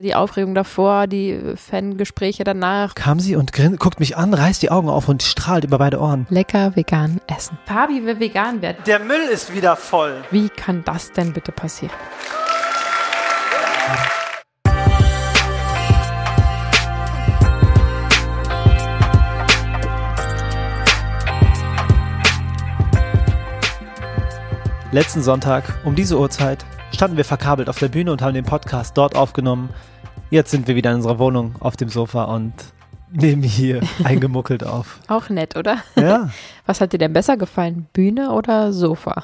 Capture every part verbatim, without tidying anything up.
Die Aufregung davor, die Fangespräche danach. Kam sie und grin- guckt mich an, reißt die Augen auf und strahlt über beide Ohren. Lecker vegan essen. Fabi will vegan werden. Der Müll ist wieder voll. Wie kann das denn bitte passieren? Letzten Sonntag um diese Uhrzeit standen wir verkabelt auf der Bühne und haben den Podcast dort aufgenommen. Jetzt sind wir wieder in unserer Wohnung auf dem Sofa und nehmen hier eingemuckelt auf. Auch nett, oder? Ja. Was hat dir denn besser gefallen? Bühne oder Sofa?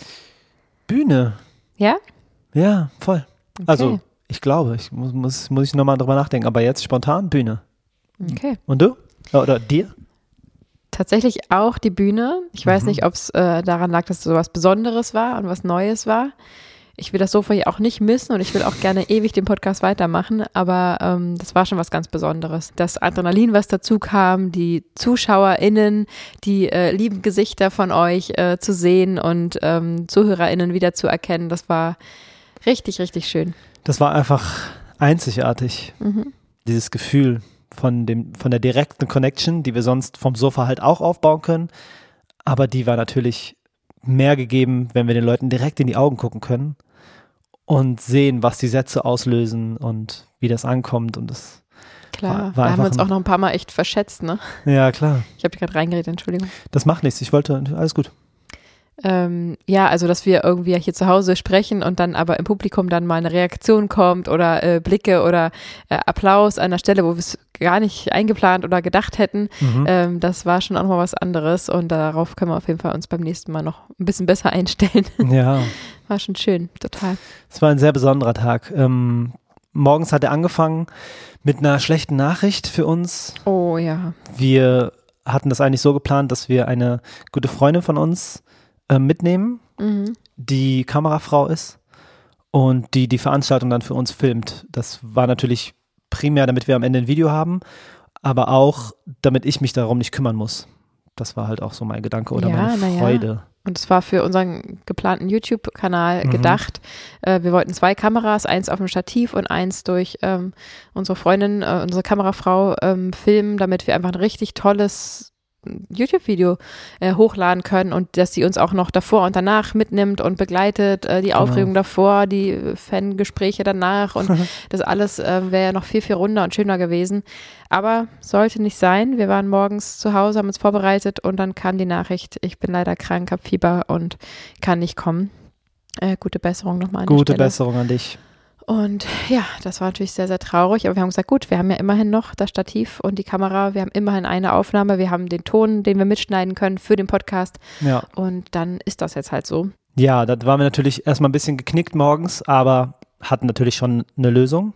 Bühne. Ja? Ja, voll. Okay. Also, ich glaube, ich muss, muss, muss ich nochmal drüber nachdenken, aber jetzt spontan Bühne. Okay. Und du? Oder dir? Tatsächlich auch die Bühne. Ich weiß Mhm. nicht, ob es äh, daran lag, dass es so was Besonderes war und was Neues war. Ich will das Sofa hier auch nicht missen und ich will auch gerne ewig den Podcast weitermachen, aber ähm, das war schon was ganz Besonderes. Das Adrenalin, was dazu kam, die ZuschauerInnen, die äh, lieben Gesichter von euch äh, zu sehen und ähm, ZuhörerInnen wieder zu erkennen, das war richtig, richtig schön. Das war einfach einzigartig. Mhm. Dieses Gefühl von dem, von der direkten Connection, die wir sonst vom Sofa halt auch aufbauen können, aber die war natürlich mehr gegeben, wenn wir den Leuten direkt in die Augen gucken können und sehen, was die Sätze auslösen und wie das ankommt und das Klar, war, war da haben wir einfach uns ein- auch noch ein paar Mal echt verschätzt, ne? Ja, klar. Ich habe dich gerade reingeredet, Entschuldigung. Das macht nichts. Ich wollte, alles gut. Ähm, ja, also dass wir irgendwie hier zu Hause sprechen und dann aber im Publikum dann mal eine Reaktion kommt oder äh, Blicke oder äh, Applaus an der Stelle, wo wir es gar nicht eingeplant oder gedacht hätten. Mhm. Ähm, das war schon auch noch mal was anderes und darauf können wir auf jeden Fall uns beim nächsten Mal noch ein bisschen besser einstellen. Ja, War schon schön, total. es war ein sehr besonderer Tag. Ähm, morgens hat er angefangen mit einer schlechten Nachricht für uns. Oh ja. Wir hatten das eigentlich so geplant, dass wir eine gute Freundin von uns äh, mitnehmen, Mhm. die Kamerafrau ist und die die Veranstaltung dann für uns filmt. Das war natürlich primär, damit wir am Ende ein Video haben, aber auch, damit ich mich darum nicht kümmern muss. Das war halt auch so mein Gedanke oder Ja, meine na ja. Freude. Und es war für unseren geplanten YouTube-Kanal Mhm. gedacht. Äh, wir wollten zwei Kameras, eins auf dem Stativ und eins durch ähm, unsere Freundin, äh, unsere Kamerafrau ähm, filmen, damit wir einfach ein richtig tolles YouTube-Video äh, hochladen können und dass sie uns auch noch davor und danach mitnimmt und begleitet, äh, die Genau. Aufregung davor, die Fangespräche danach und das alles äh, wäre ja noch viel, viel runder und schöner gewesen. Aber sollte nicht sein. Wir waren morgens zu Hause, haben uns vorbereitet und dann kam die Nachricht, ich bin leider krank, hab Fieber und kann nicht kommen. Äh, gute Besserung nochmal an Gute der Stelle. Besserung an dich. Und ja, das war natürlich sehr, sehr traurig, aber wir haben gesagt, gut, wir haben ja immerhin noch das Stativ und die Kamera, wir haben immerhin eine Aufnahme, wir haben den Ton, den wir mitschneiden können für den Podcast Ja. und dann ist das jetzt halt so. Ja, da waren wir natürlich erstmal ein bisschen geknickt morgens, aber hatten natürlich schon eine Lösung.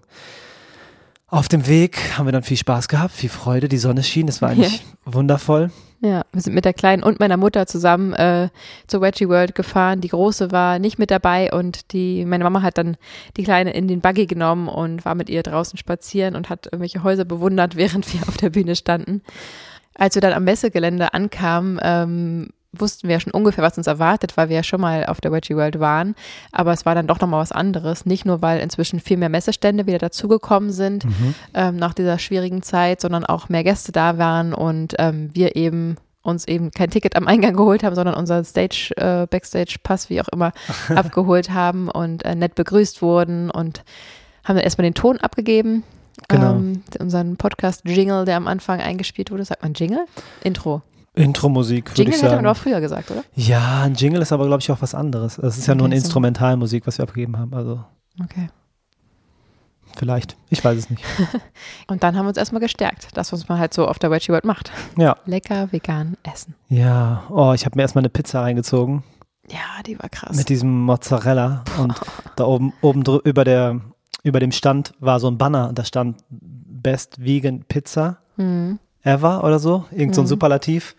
Auf dem Weg haben wir dann viel Spaß gehabt, viel Freude, die Sonne schien, das war eigentlich wundervoll. Ja, wir sind mit der Kleinen und meiner Mutter zusammen äh, zur Veggie World gefahren. Die Große war nicht mit dabei und die meine Mama hat dann die Kleine in den Buggy genommen und war mit ihr draußen spazieren und hat irgendwelche Häuser bewundert, während wir auf der Bühne standen. Als wir dann am Messegelände ankamen, ähm, wussten wir ja schon ungefähr, was uns erwartet, weil wir ja schon mal auf der Veggie World waren. Aber es war dann doch nochmal was anderes. Nicht nur, weil inzwischen viel mehr Messestände wieder dazugekommen sind Mhm. ähm, nach dieser schwierigen Zeit, sondern auch mehr Gäste da waren und ähm, wir eben uns eben kein Ticket am Eingang geholt haben, sondern unseren Stage, äh, Backstage-Pass, wie auch immer, abgeholt haben und äh, nett begrüßt wurden und haben dann erstmal den Ton abgegeben. Genau. Ähm, unseren Podcast-Jingle, der am Anfang eingespielt wurde. Sagt man Jingle? Intro. Intro-Musik, würde Jingle ich hätte man sagen. doch früher gesagt, oder? Ja, ein Jingle ist aber, glaube ich, auch was anderes. Es ist ja nur eine Okay, so. Instrumentalmusik, was wir abgegeben haben. Also Okay. vielleicht, ich weiß es nicht. Und dann haben wir uns erstmal gestärkt, das, was man halt so auf der Veggie World macht. Ja, Lecker vegan essen. ja. Oh, ich habe mir erstmal eine Pizza reingezogen Ja, die war krass. mit diesem Mozzarella und da oben, oben drü- über, der, über dem Stand war so ein Banner und da stand Best Vegan Pizza Hm. ever oder so, irgend so ein Mhm. Superlativ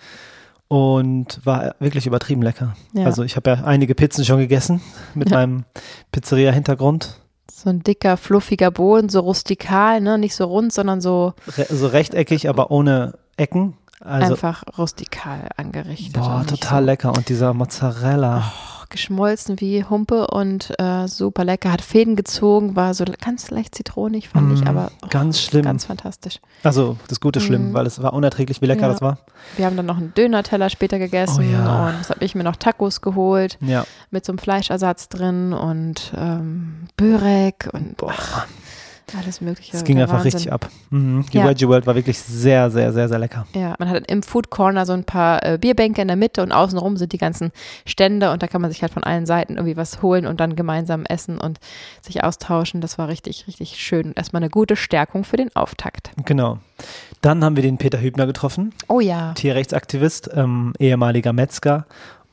und war wirklich übertrieben lecker. Ja. Also ich habe ja einige Pizzen schon gegessen mit Ja. meinem Pizzeria-Hintergrund. So ein dicker, fluffiger Boden, so rustikal, ne? Nicht so rund, sondern so Re so rechteckig, aber ohne Ecken. Also, einfach rustikal angerichtet. boah, und nicht total so, lecker. Und dieser Mozzarella. Oh geschmolzen wie Humpe und äh, super lecker. Hat Fäden gezogen, war so ganz leicht zitronig, fand mm, ich, aber oh, ganz schlimm. Ganz fantastisch. Also das Gute schlimm, mm. weil es war unerträglich, wie lecker ja. das war. Wir haben dann noch einen Döner-Teller später gegessen oh, ja. und das habe ich mir noch Tacos geholt ja. mit so einem Fleischersatz drin und ähm, Börek und boah. Ach, alles mögliche. Es ging einfach Wahnsinn. richtig ab. Mhm. Die ja. Veggie World war wirklich sehr, sehr, sehr, sehr lecker. Ja, man hat im Food Corner so ein paar äh, Bierbänke in der Mitte und außenrum sind die ganzen Stände und da kann man sich halt von allen Seiten irgendwie was holen und dann gemeinsam essen und sich austauschen. Das war richtig, richtig schön und erstmal eine gute Stärkung für den Auftakt. Genau. Dann haben wir den Peter Hübner getroffen. Oh ja. Tierrechtsaktivist, ähm, ehemaliger Metzger.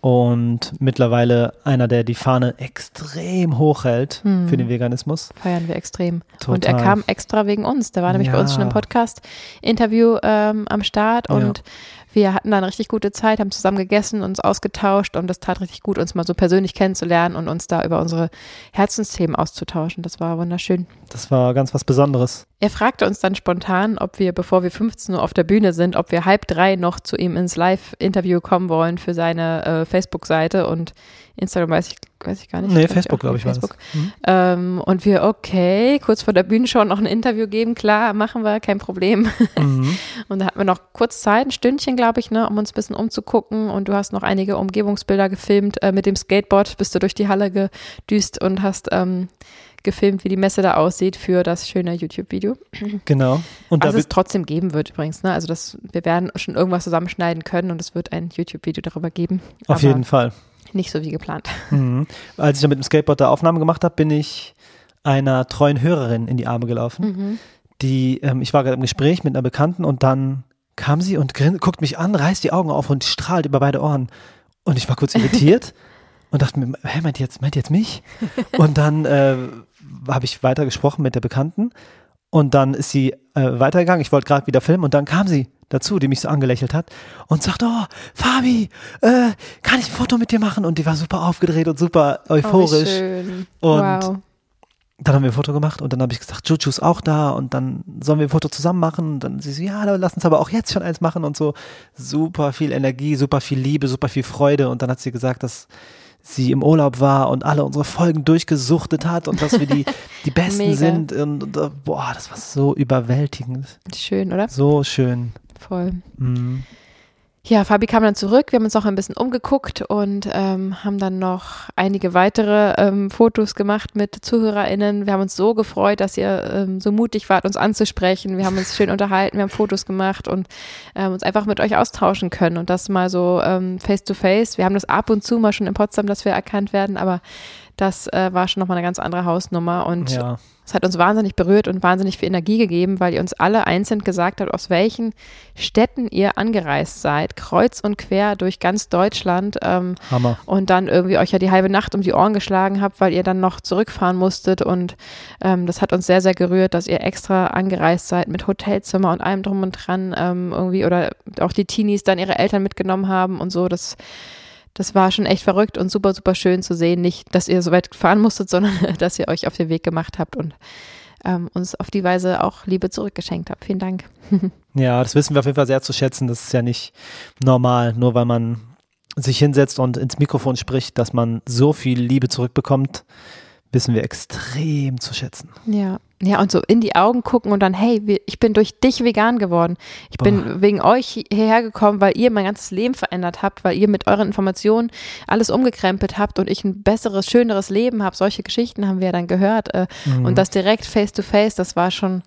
Und mittlerweile einer, der die Fahne extrem hoch hält hm. für den Veganismus. Feiern wir extrem. Total. Und er kam extra wegen uns. Der war nämlich ja. bei uns schon im Podcast-Interview ähm, am Start und ja. wir hatten da eine richtig gute Zeit, haben zusammen gegessen, uns ausgetauscht und das tat richtig gut, uns mal so persönlich kennenzulernen und uns da über unsere Herzensthemen auszutauschen. Das war wunderschön. Das war ganz was Besonderes. Er fragte uns dann spontan, ob wir, bevor wir fünfzehn Uhr auf der Bühne sind, ob wir halb drei noch zu ihm ins Live-Interview kommen wollen für seine äh, Facebook-Seite und Instagram weiß ich, weiß ich gar nicht. Nee, glaub Facebook, glaube ich, glaub ich war das. Mhm. Ähm, und wir, okay, kurz vor der Bühnenshow noch ein Interview geben, klar, machen wir, kein Problem. Mhm. Und da hatten wir noch kurz Zeit, ein Stündchen, glaube ich, ne, um uns ein bisschen umzugucken und du hast noch einige Umgebungsbilder gefilmt. Äh, mit dem Skateboard bist du durch die Halle gedüst und hast ähm, gefilmt, wie die Messe da aussieht für das schöne YouTube-Video. Genau. Und also da es trotzdem geben wird übrigens, ne? Also das, wir werden schon irgendwas zusammenschneiden können und es wird ein YouTube-Video darüber geben. Auf jeden Fall. Nicht so wie geplant. Mhm. Als ich dann mit dem Skateboard da Aufnahmen gemacht habe, bin ich einer treuen Hörerin in die Arme gelaufen. Mhm. Die, ähm, ich war gerade im Gespräch mit einer Bekannten und dann kam sie und grin- guckt mich an, reißt die Augen auf und strahlt über beide Ohren. Und ich war kurz irritiert und dachte mir, hä, meint ihr jetzt, meint ihr jetzt mich? Und dann äh, habe ich weiter gesprochen mit der Bekannten und dann ist sie äh, weitergegangen. Ich wollte gerade wieder filmen und dann kam sie dazu, die mich so angelächelt hat und sagt, oh, Fabi, äh, kann ich ein Foto mit dir machen? Und die war super aufgedreht und super euphorisch. Oh, schön. Und wow. dann haben wir ein Foto gemacht und dann habe ich gesagt, Juju ist auch da und dann sollen wir ein Foto zusammen machen. Und dann sie so, ja, lass uns aber auch jetzt schon eins machen und so. Super viel Energie, super viel Liebe, super viel Freude. Und dann hat sie gesagt, dass sie im Urlaub war und alle unsere Folgen durchgesuchtet hat und dass wir die, die Besten Mega. sind. Und, und boah, das war so überwältigend. Schön, oder? So schön. Voll. Mhm. Ja, Fabi kam dann zurück, wir haben uns auch ein bisschen umgeguckt und ähm, haben dann noch einige weitere ähm, Fotos gemacht mit ZuhörerInnen. Wir haben uns so gefreut, dass ihr ähm, so mutig wart, uns anzusprechen. Wir haben uns schön unterhalten, wir haben Fotos gemacht und ähm, uns einfach mit euch austauschen können und das mal so ähm, face to face. Wir haben das ab und zu mal schon in Potsdam, dass wir erkannt werden, aber das äh, war schon nochmal eine ganz andere Hausnummer und ja. Es hat uns wahnsinnig berührt und wahnsinnig viel Energie gegeben, weil ihr uns alle einzeln gesagt habt, aus welchen Städten ihr angereist seid, kreuz und quer durch ganz Deutschland. Ähm, Hammer. Und dann irgendwie euch ja die halbe Nacht um die Ohren geschlagen habt, weil ihr dann noch zurückfahren musstet. Und ähm, das hat uns sehr, sehr gerührt, dass ihr extra angereist seid mit Hotelzimmer und allem drum und dran ähm, irgendwie oder auch die Teenies dann ihre Eltern mitgenommen haben und so. Das Das war schon echt verrückt und super, super schön zu sehen. Nicht, dass ihr so weit fahren musstet, sondern dass ihr euch auf den Weg gemacht habt und ähm, uns auf die Weise auch Liebe zurückgeschenkt habt. Vielen Dank. Ja, das wissen wir auf jeden Fall sehr zu schätzen. Das ist ja nicht normal, nur weil man sich hinsetzt und ins Mikrofon spricht, dass man so viel Liebe zurückbekommt, wissen wir extrem zu schätzen. Ja. Ja, und so in die Augen gucken und dann, hey, ich bin durch dich vegan geworden. Ich Boah. bin wegen euch hierher gekommen, weil ihr mein ganzes Leben verändert habt, weil ihr mit euren Informationen alles umgekrempelt habt und ich ein besseres, schöneres Leben habe. Solche Geschichten haben wir dann gehört. Äh, mhm. Und das direkt face to face, das war schon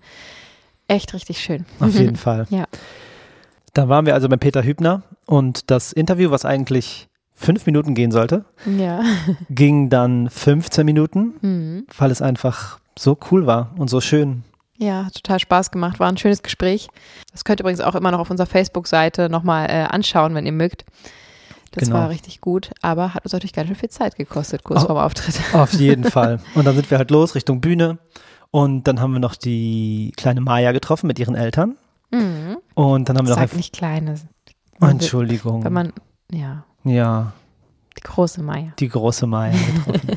echt richtig schön. Auf jeden Fall. Ja. Dann waren wir also bei Peter Hübner und das Interview, was eigentlich fünf Minuten gehen sollte, ja. ging dann fünfzehn Minuten, mhm. weil es einfach so cool war und so schön. Ja, hat total Spaß gemacht, war ein schönes Gespräch. Das könnt ihr übrigens auch immer noch auf unserer Facebook-Seite nochmal äh, anschauen, wenn ihr mögt. Das genau. war richtig gut, aber hat uns natürlich ganz schön viel Zeit gekostet, kurz oh, vorm Auftritt. Auf jeden Fall. Und dann sind wir halt los Richtung Bühne und dann haben wir noch die kleine Maya getroffen mit ihren Eltern. Mhm. Und dann haben wir Sag noch... nicht kleine. Oh, Entschuldigung. Wenn man, ja. Ja. Die große Maya. Die große Maya getroffen.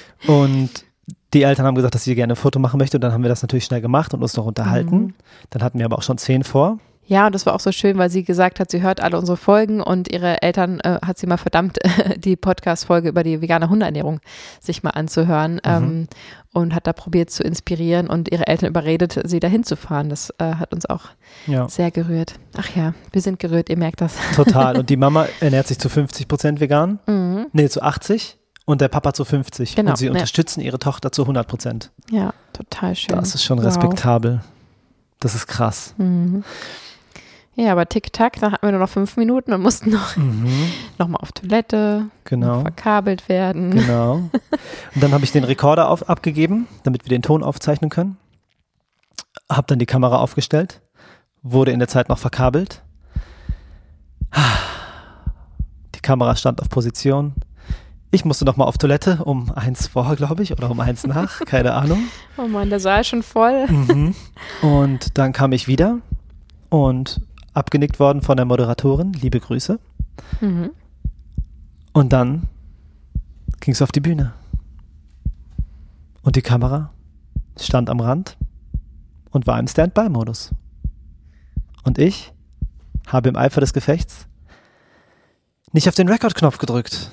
Und die Eltern haben gesagt, dass sie gerne ein Foto machen möchte und dann haben wir das natürlich schnell gemacht und uns noch unterhalten. Mhm. Dann hatten wir aber auch schon zehn vor. Ja, und das war auch so schön, weil sie gesagt hat, sie hört alle unsere Folgen und ihre Eltern äh, hat sie mal verdammt, die Podcast-Folge über die vegane Hundeernährung sich mal anzuhören mhm. ähm, und hat da probiert zu inspirieren und ihre Eltern überredet, sie dahin zu fahren. Das äh, hat uns auch ja. sehr gerührt. Ach ja, wir sind gerührt, ihr merkt das. Total. Und die Mama ernährt sich zu fünfzig Prozent vegan, mhm. nee, zu achtzig und der Papa zu fünfzig. Genau. Und sie unterstützen ja. ihre Tochter zu hundert Prozent. Ja, total schön. Das ist schon wow. respektabel. Das ist krass. Mhm. Ja, aber tick-tack, da hatten wir nur noch fünf Minuten und mussten noch, mhm. noch mal auf Toilette, genau. verkabelt werden. Genau. Und dann habe ich den Rekorder auf, abgegeben, damit wir den Ton aufzeichnen können. Habe dann die Kamera aufgestellt, wurde in der Zeit noch verkabelt. Die Kamera stand auf Position. Ich musste noch mal auf Toilette, um eins vor, glaube ich, oder um eins nach, keine Ahnung. Oh Mann, der Saal ist schon voll. Mhm. Und dann kam ich wieder und abgenickt worden von der Moderatorin, liebe Grüße. Mhm. Und dann ging es auf die Bühne. Und die Kamera stand am Rand und war im Standby-Modus. Und ich habe im Eifer des Gefechts nicht auf den Record-Knopf gedrückt.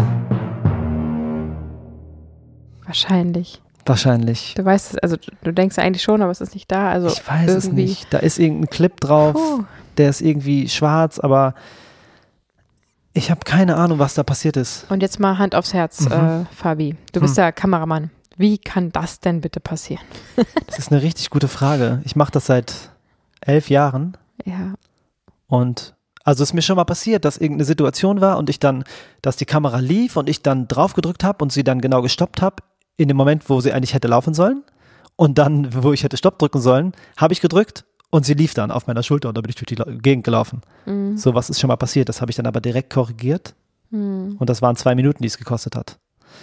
Wahrscheinlich. Wahrscheinlich. Du weißt es, also du denkst eigentlich schon, aber es ist nicht da. Also ich weiß irgendwie. es nicht. Da ist irgendein Clip drauf. Puh. Der ist irgendwie schwarz, aber ich habe keine Ahnung, was da passiert ist. Und jetzt mal Hand aufs Herz, mhm. äh, Fabi. Du bist hm. ja Kameramann. Wie kann das denn bitte passieren? Das ist eine richtig gute Frage. Ich mache das seit elf Jahren. Ja. Und also es ist mir schon mal passiert, dass irgendeine Situation war und ich dann, dass die Kamera lief und ich dann drauf gedrückt habe und sie dann genau gestoppt habe, in dem Moment, wo sie eigentlich hätte laufen sollen. Und dann, wo ich hätte Stopp drücken sollen, habe ich gedrückt. Und sie lief dann auf meiner Schulter und da bin ich durch die Gegend gelaufen. Mhm. So was ist schon mal passiert. Das habe ich dann aber direkt korrigiert. Mhm. Und das waren zwei Minuten, die es gekostet hat.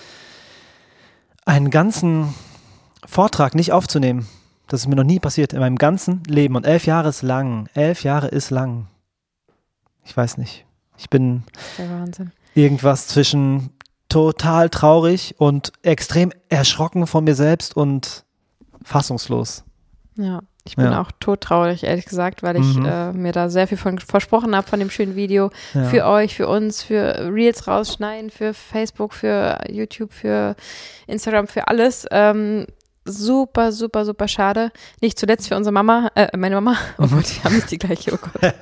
Einen ganzen Vortrag nicht aufzunehmen, das ist mir noch nie passiert in meinem ganzen Leben. Und elf Jahre ist lang. Elf Jahre ist lang. Ich weiß nicht. Ich bin der Wahnsinn. Irgendwas zwischen total traurig und extrem erschrocken von mir selbst und fassungslos. Ja. Ich bin ja. auch todtraurig, ehrlich gesagt, weil ich mhm. äh, mir da sehr viel von versprochen habe von dem schönen Video. Ja. Für euch, für uns, für Reels rausschneiden, für Facebook, für YouTube, für Instagram, für alles. Ähm, super, super, super schade. Nicht zuletzt für unsere Mama, äh, meine Mama. Oh Gott, wir haben nicht die gleiche, oh Gott.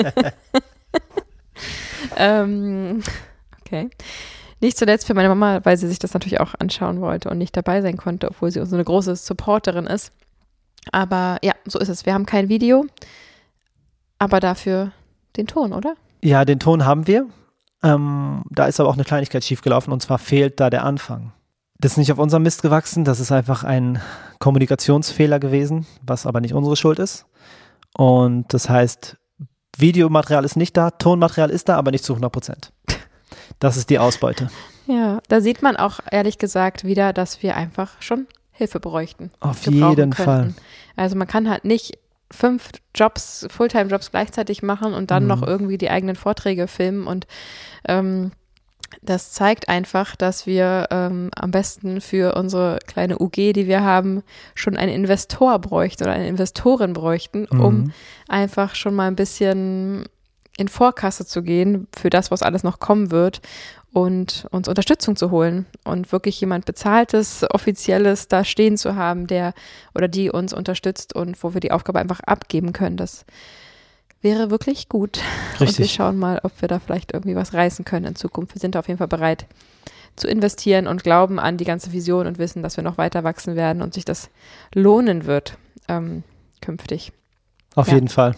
ähm, okay. Nicht zuletzt für meine Mama, weil sie sich das natürlich auch anschauen wollte und nicht dabei sein konnte, obwohl sie so eine große Supporterin ist. Aber ja, so ist es. Wir haben kein Video, aber dafür den Ton, oder? Ja, den Ton haben wir. Ähm, da ist aber auch eine Kleinigkeit schiefgelaufen und zwar fehlt da der Anfang. Das ist nicht auf unserem Mist gewachsen, das ist einfach ein Kommunikationsfehler gewesen, was aber nicht unsere Schuld ist. Und das heißt, Videomaterial ist nicht da, Tonmaterial ist da, aber nicht zu hundert Prozent. Das ist die Ausbeute. Ja, da sieht man auch ehrlich gesagt wieder, dass wir einfach schon Hilfe bräuchten. Auf jeden Fall. Also man kann halt nicht fünf Jobs, Fulltime-Jobs gleichzeitig machen und dann mhm. noch irgendwie die eigenen Vorträge filmen und ähm, das zeigt einfach, dass wir ähm, am besten für unsere kleine U G, die wir haben, schon einen Investor bräuchten oder eine Investorin bräuchten, mhm. um einfach schon mal ein bisschen in Vorkasse zu gehen für das, was alles noch kommen wird und uns Unterstützung zu holen und wirklich jemand Bezahltes, Offizielles da stehen zu haben, der oder die uns unterstützt und wo wir die Aufgabe einfach abgeben können. Das wäre wirklich gut. Richtig. Und wir schauen mal, ob wir da vielleicht irgendwie was reißen können in Zukunft. Wir sind da auf jeden Fall bereit zu investieren und glauben an die ganze Vision und wissen, dass wir noch weiter wachsen werden und sich das lohnen wird ähm, künftig. Auf ja. jeden Fall.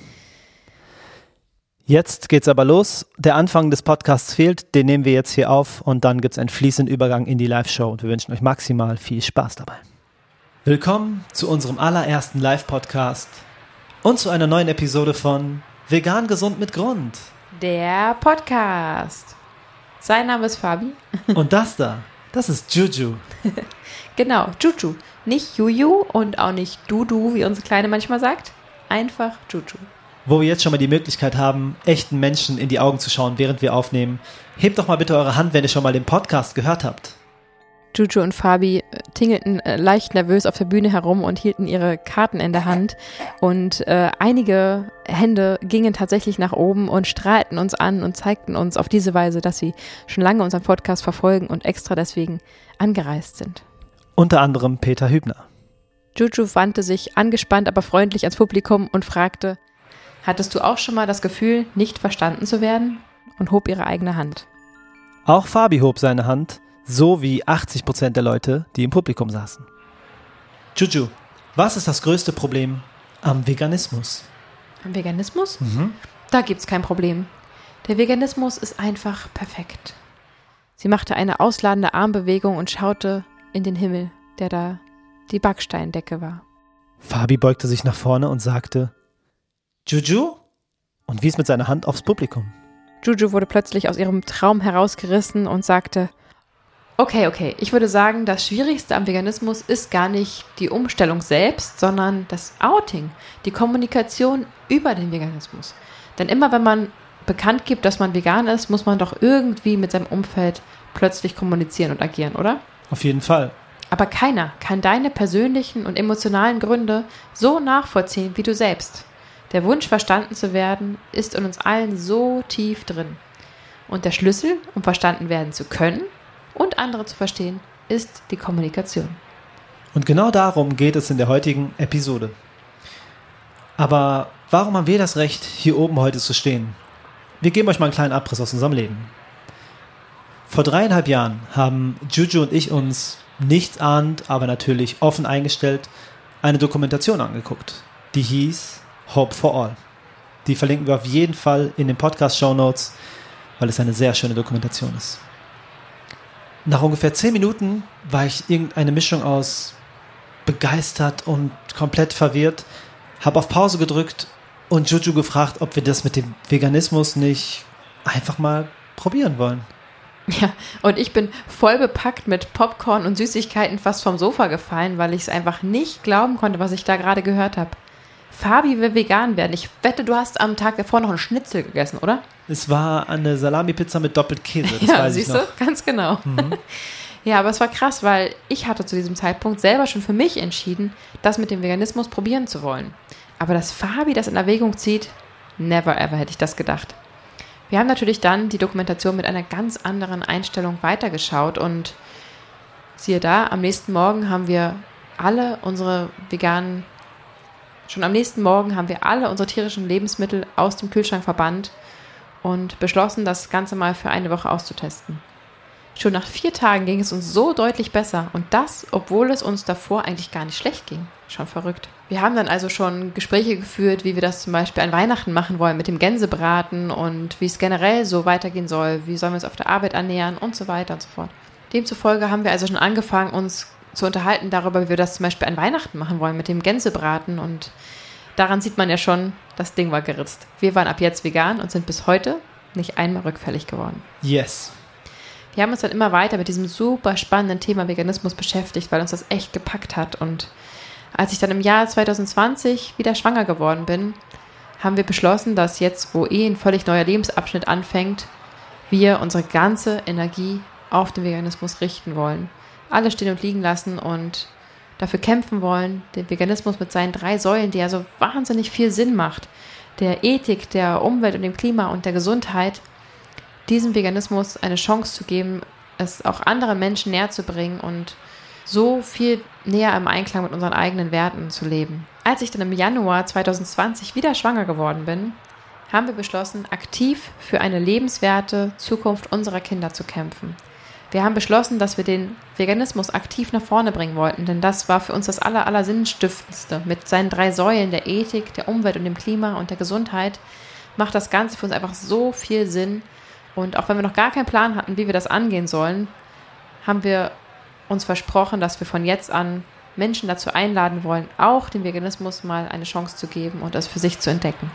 Jetzt geht's aber los. Der Anfang des Podcasts fehlt, den nehmen wir jetzt hier auf und dann gibt's einen fließenden Übergang in die Live-Show und wir wünschen euch maximal viel Spaß dabei. Willkommen zu unserem allerersten Live-Podcast und zu einer neuen Episode von Vegan Gesund mit Grund. Der Podcast. Sein Name ist Fabi. Und das da, das ist Juju. Genau, Juju. Nicht Juju und auch nicht Dudu, wie unsere Kleine manchmal sagt. Einfach Juju. Wo wir jetzt schon mal die Möglichkeit haben, echten Menschen in die Augen zu schauen, während wir aufnehmen, hebt doch mal bitte eure Hand, wenn ihr schon mal den Podcast gehört habt. Juju und Fabi tingelten äh, leicht nervös auf der Bühne herum und hielten ihre Karten in der Hand. Und äh, einige Hände gingen tatsächlich nach oben und strahlten uns an und zeigten uns auf diese Weise, dass sie schon lange unseren Podcast verfolgen und extra deswegen angereist sind. Unter anderem Peter Hübner. Juju wandte sich angespannt, aber freundlich ans Publikum und fragte, hattest du auch schon mal das Gefühl, nicht verstanden zu werden? Und hob ihre eigene Hand. Auch Fabi hob seine Hand, so wie achtzig Prozent der Leute, die im Publikum saßen. Juju, was ist das größte Problem am Veganismus? Am Veganismus? Mhm. Da gibt's kein Problem. Der Veganismus ist einfach perfekt. Sie machte eine ausladende Armbewegung und schaute in den Himmel, der da die Backsteindecke war. Fabi beugte sich nach vorne und sagte, Juju? Und wies mit seiner Hand aufs Publikum. Juju wurde plötzlich aus ihrem Traum herausgerissen und sagte, okay, okay, ich würde sagen, das Schwierigste am Veganismus ist gar nicht die Umstellung selbst, sondern das Outing, die Kommunikation über den Veganismus. Denn immer wenn man bekannt gibt, dass man vegan ist, muss man doch irgendwie mit seinem Umfeld plötzlich kommunizieren und agieren, oder? Auf jeden Fall. Aber keiner kann deine persönlichen und emotionalen Gründe so nachvollziehen wie du selbst. Der Wunsch, verstanden zu werden, ist in uns allen so tief drin. Und der Schlüssel, um verstanden werden zu können und andere zu verstehen, ist die Kommunikation. Und genau darum geht es in der heutigen Episode. Aber warum haben wir das Recht, hier oben heute zu stehen? Wir geben euch mal einen kleinen Abriss aus unserem Leben. Vor dreieinhalb Jahren haben Juju und ich uns nichtsahnend, aber natürlich offen eingestellt, eine Dokumentation angeguckt, die hieß Hope for All. Die verlinken wir auf jeden Fall in den Podcast-Shownotes, weil es eine sehr schöne Dokumentation ist. Nach ungefähr zehn Minuten war ich irgendeine Mischung aus begeistert und komplett verwirrt, habe auf Pause gedrückt und Juju gefragt, ob wir das mit dem Veganismus nicht einfach mal probieren wollen. Ja, und ich bin voll bepackt mit Popcorn und Süßigkeiten fast vom Sofa gefallen, weil ich es einfach nicht glauben konnte, was ich da gerade gehört habe. Fabi will vegan werden. Ich wette, du hast am Tag davor noch einen Schnitzel gegessen, oder? Es war eine Salami-Pizza mit doppelt Käse, das ja, weiß ich siehst noch. du? Ganz genau. Mhm. Ja, aber es war krass, weil ich hatte zu diesem Zeitpunkt selber schon für mich entschieden, das mit dem Veganismus probieren zu wollen. Aber dass Fabi das in Erwägung zieht, never ever hätte ich das gedacht. Wir haben natürlich dann die Dokumentation mit einer ganz anderen Einstellung weitergeschaut und siehe da, am nächsten Morgen haben wir alle unsere veganen Schon am nächsten Morgen haben wir alle unsere tierischen Lebensmittel aus dem Kühlschrank verbannt und beschlossen, das Ganze mal für eine Woche auszutesten. Schon nach vier Tagen ging es uns so deutlich besser und das, obwohl es uns davor eigentlich gar nicht schlecht ging. Schon verrückt. Wir haben dann also schon Gespräche geführt, wie wir das zum Beispiel an Weihnachten machen wollen mit dem Gänsebraten und wie es generell so weitergehen soll, wie sollen wir uns auf der Arbeit ernähren und so weiter und so fort. Demzufolge haben wir also schon angefangen, uns zu unterhalten darüber, wie wir das zum Beispiel an Weihnachten machen wollen mit dem Gänsebraten und daran sieht man ja schon, das Ding war geritzt. Wir waren ab jetzt vegan und sind bis heute nicht einmal rückfällig geworden. Yes. Wir haben uns dann immer weiter mit diesem super spannenden Thema Veganismus beschäftigt, weil uns das echt gepackt hat und als ich dann im Jahr zwanzig zwanzig wieder schwanger geworden bin, haben wir beschlossen, dass jetzt, wo eh ein völlig neuer Lebensabschnitt anfängt, wir unsere ganze Energie auf den Veganismus richten wollen. Alles stehen und liegen lassen und dafür kämpfen wollen, den Veganismus mit seinen drei Säulen, die ja so wahnsinnig viel Sinn macht, der Ethik, der Umwelt und dem Klima und der Gesundheit, diesem Veganismus eine Chance zu geben, es auch anderen Menschen näher zu bringen und so viel näher im Einklang mit unseren eigenen Werten zu leben. Als ich dann im Januar zwanzig zwanzig wieder schwanger geworden bin, haben wir beschlossen, aktiv für eine lebenswerte Zukunft unserer Kinder zu kämpfen. Wir haben beschlossen, dass wir den Veganismus aktiv nach vorne bringen wollten, denn das war für uns das aller, aller Sinnstiftendste. Mit seinen drei Säulen der Ethik, der Umwelt und dem Klima und der Gesundheit macht das Ganze für uns einfach so viel Sinn. Und auch wenn wir noch gar keinen Plan hatten, wie wir das angehen sollen, haben wir uns versprochen, dass wir von jetzt an Menschen dazu einladen wollen, auch dem Veganismus mal eine Chance zu geben und es für sich zu entdecken.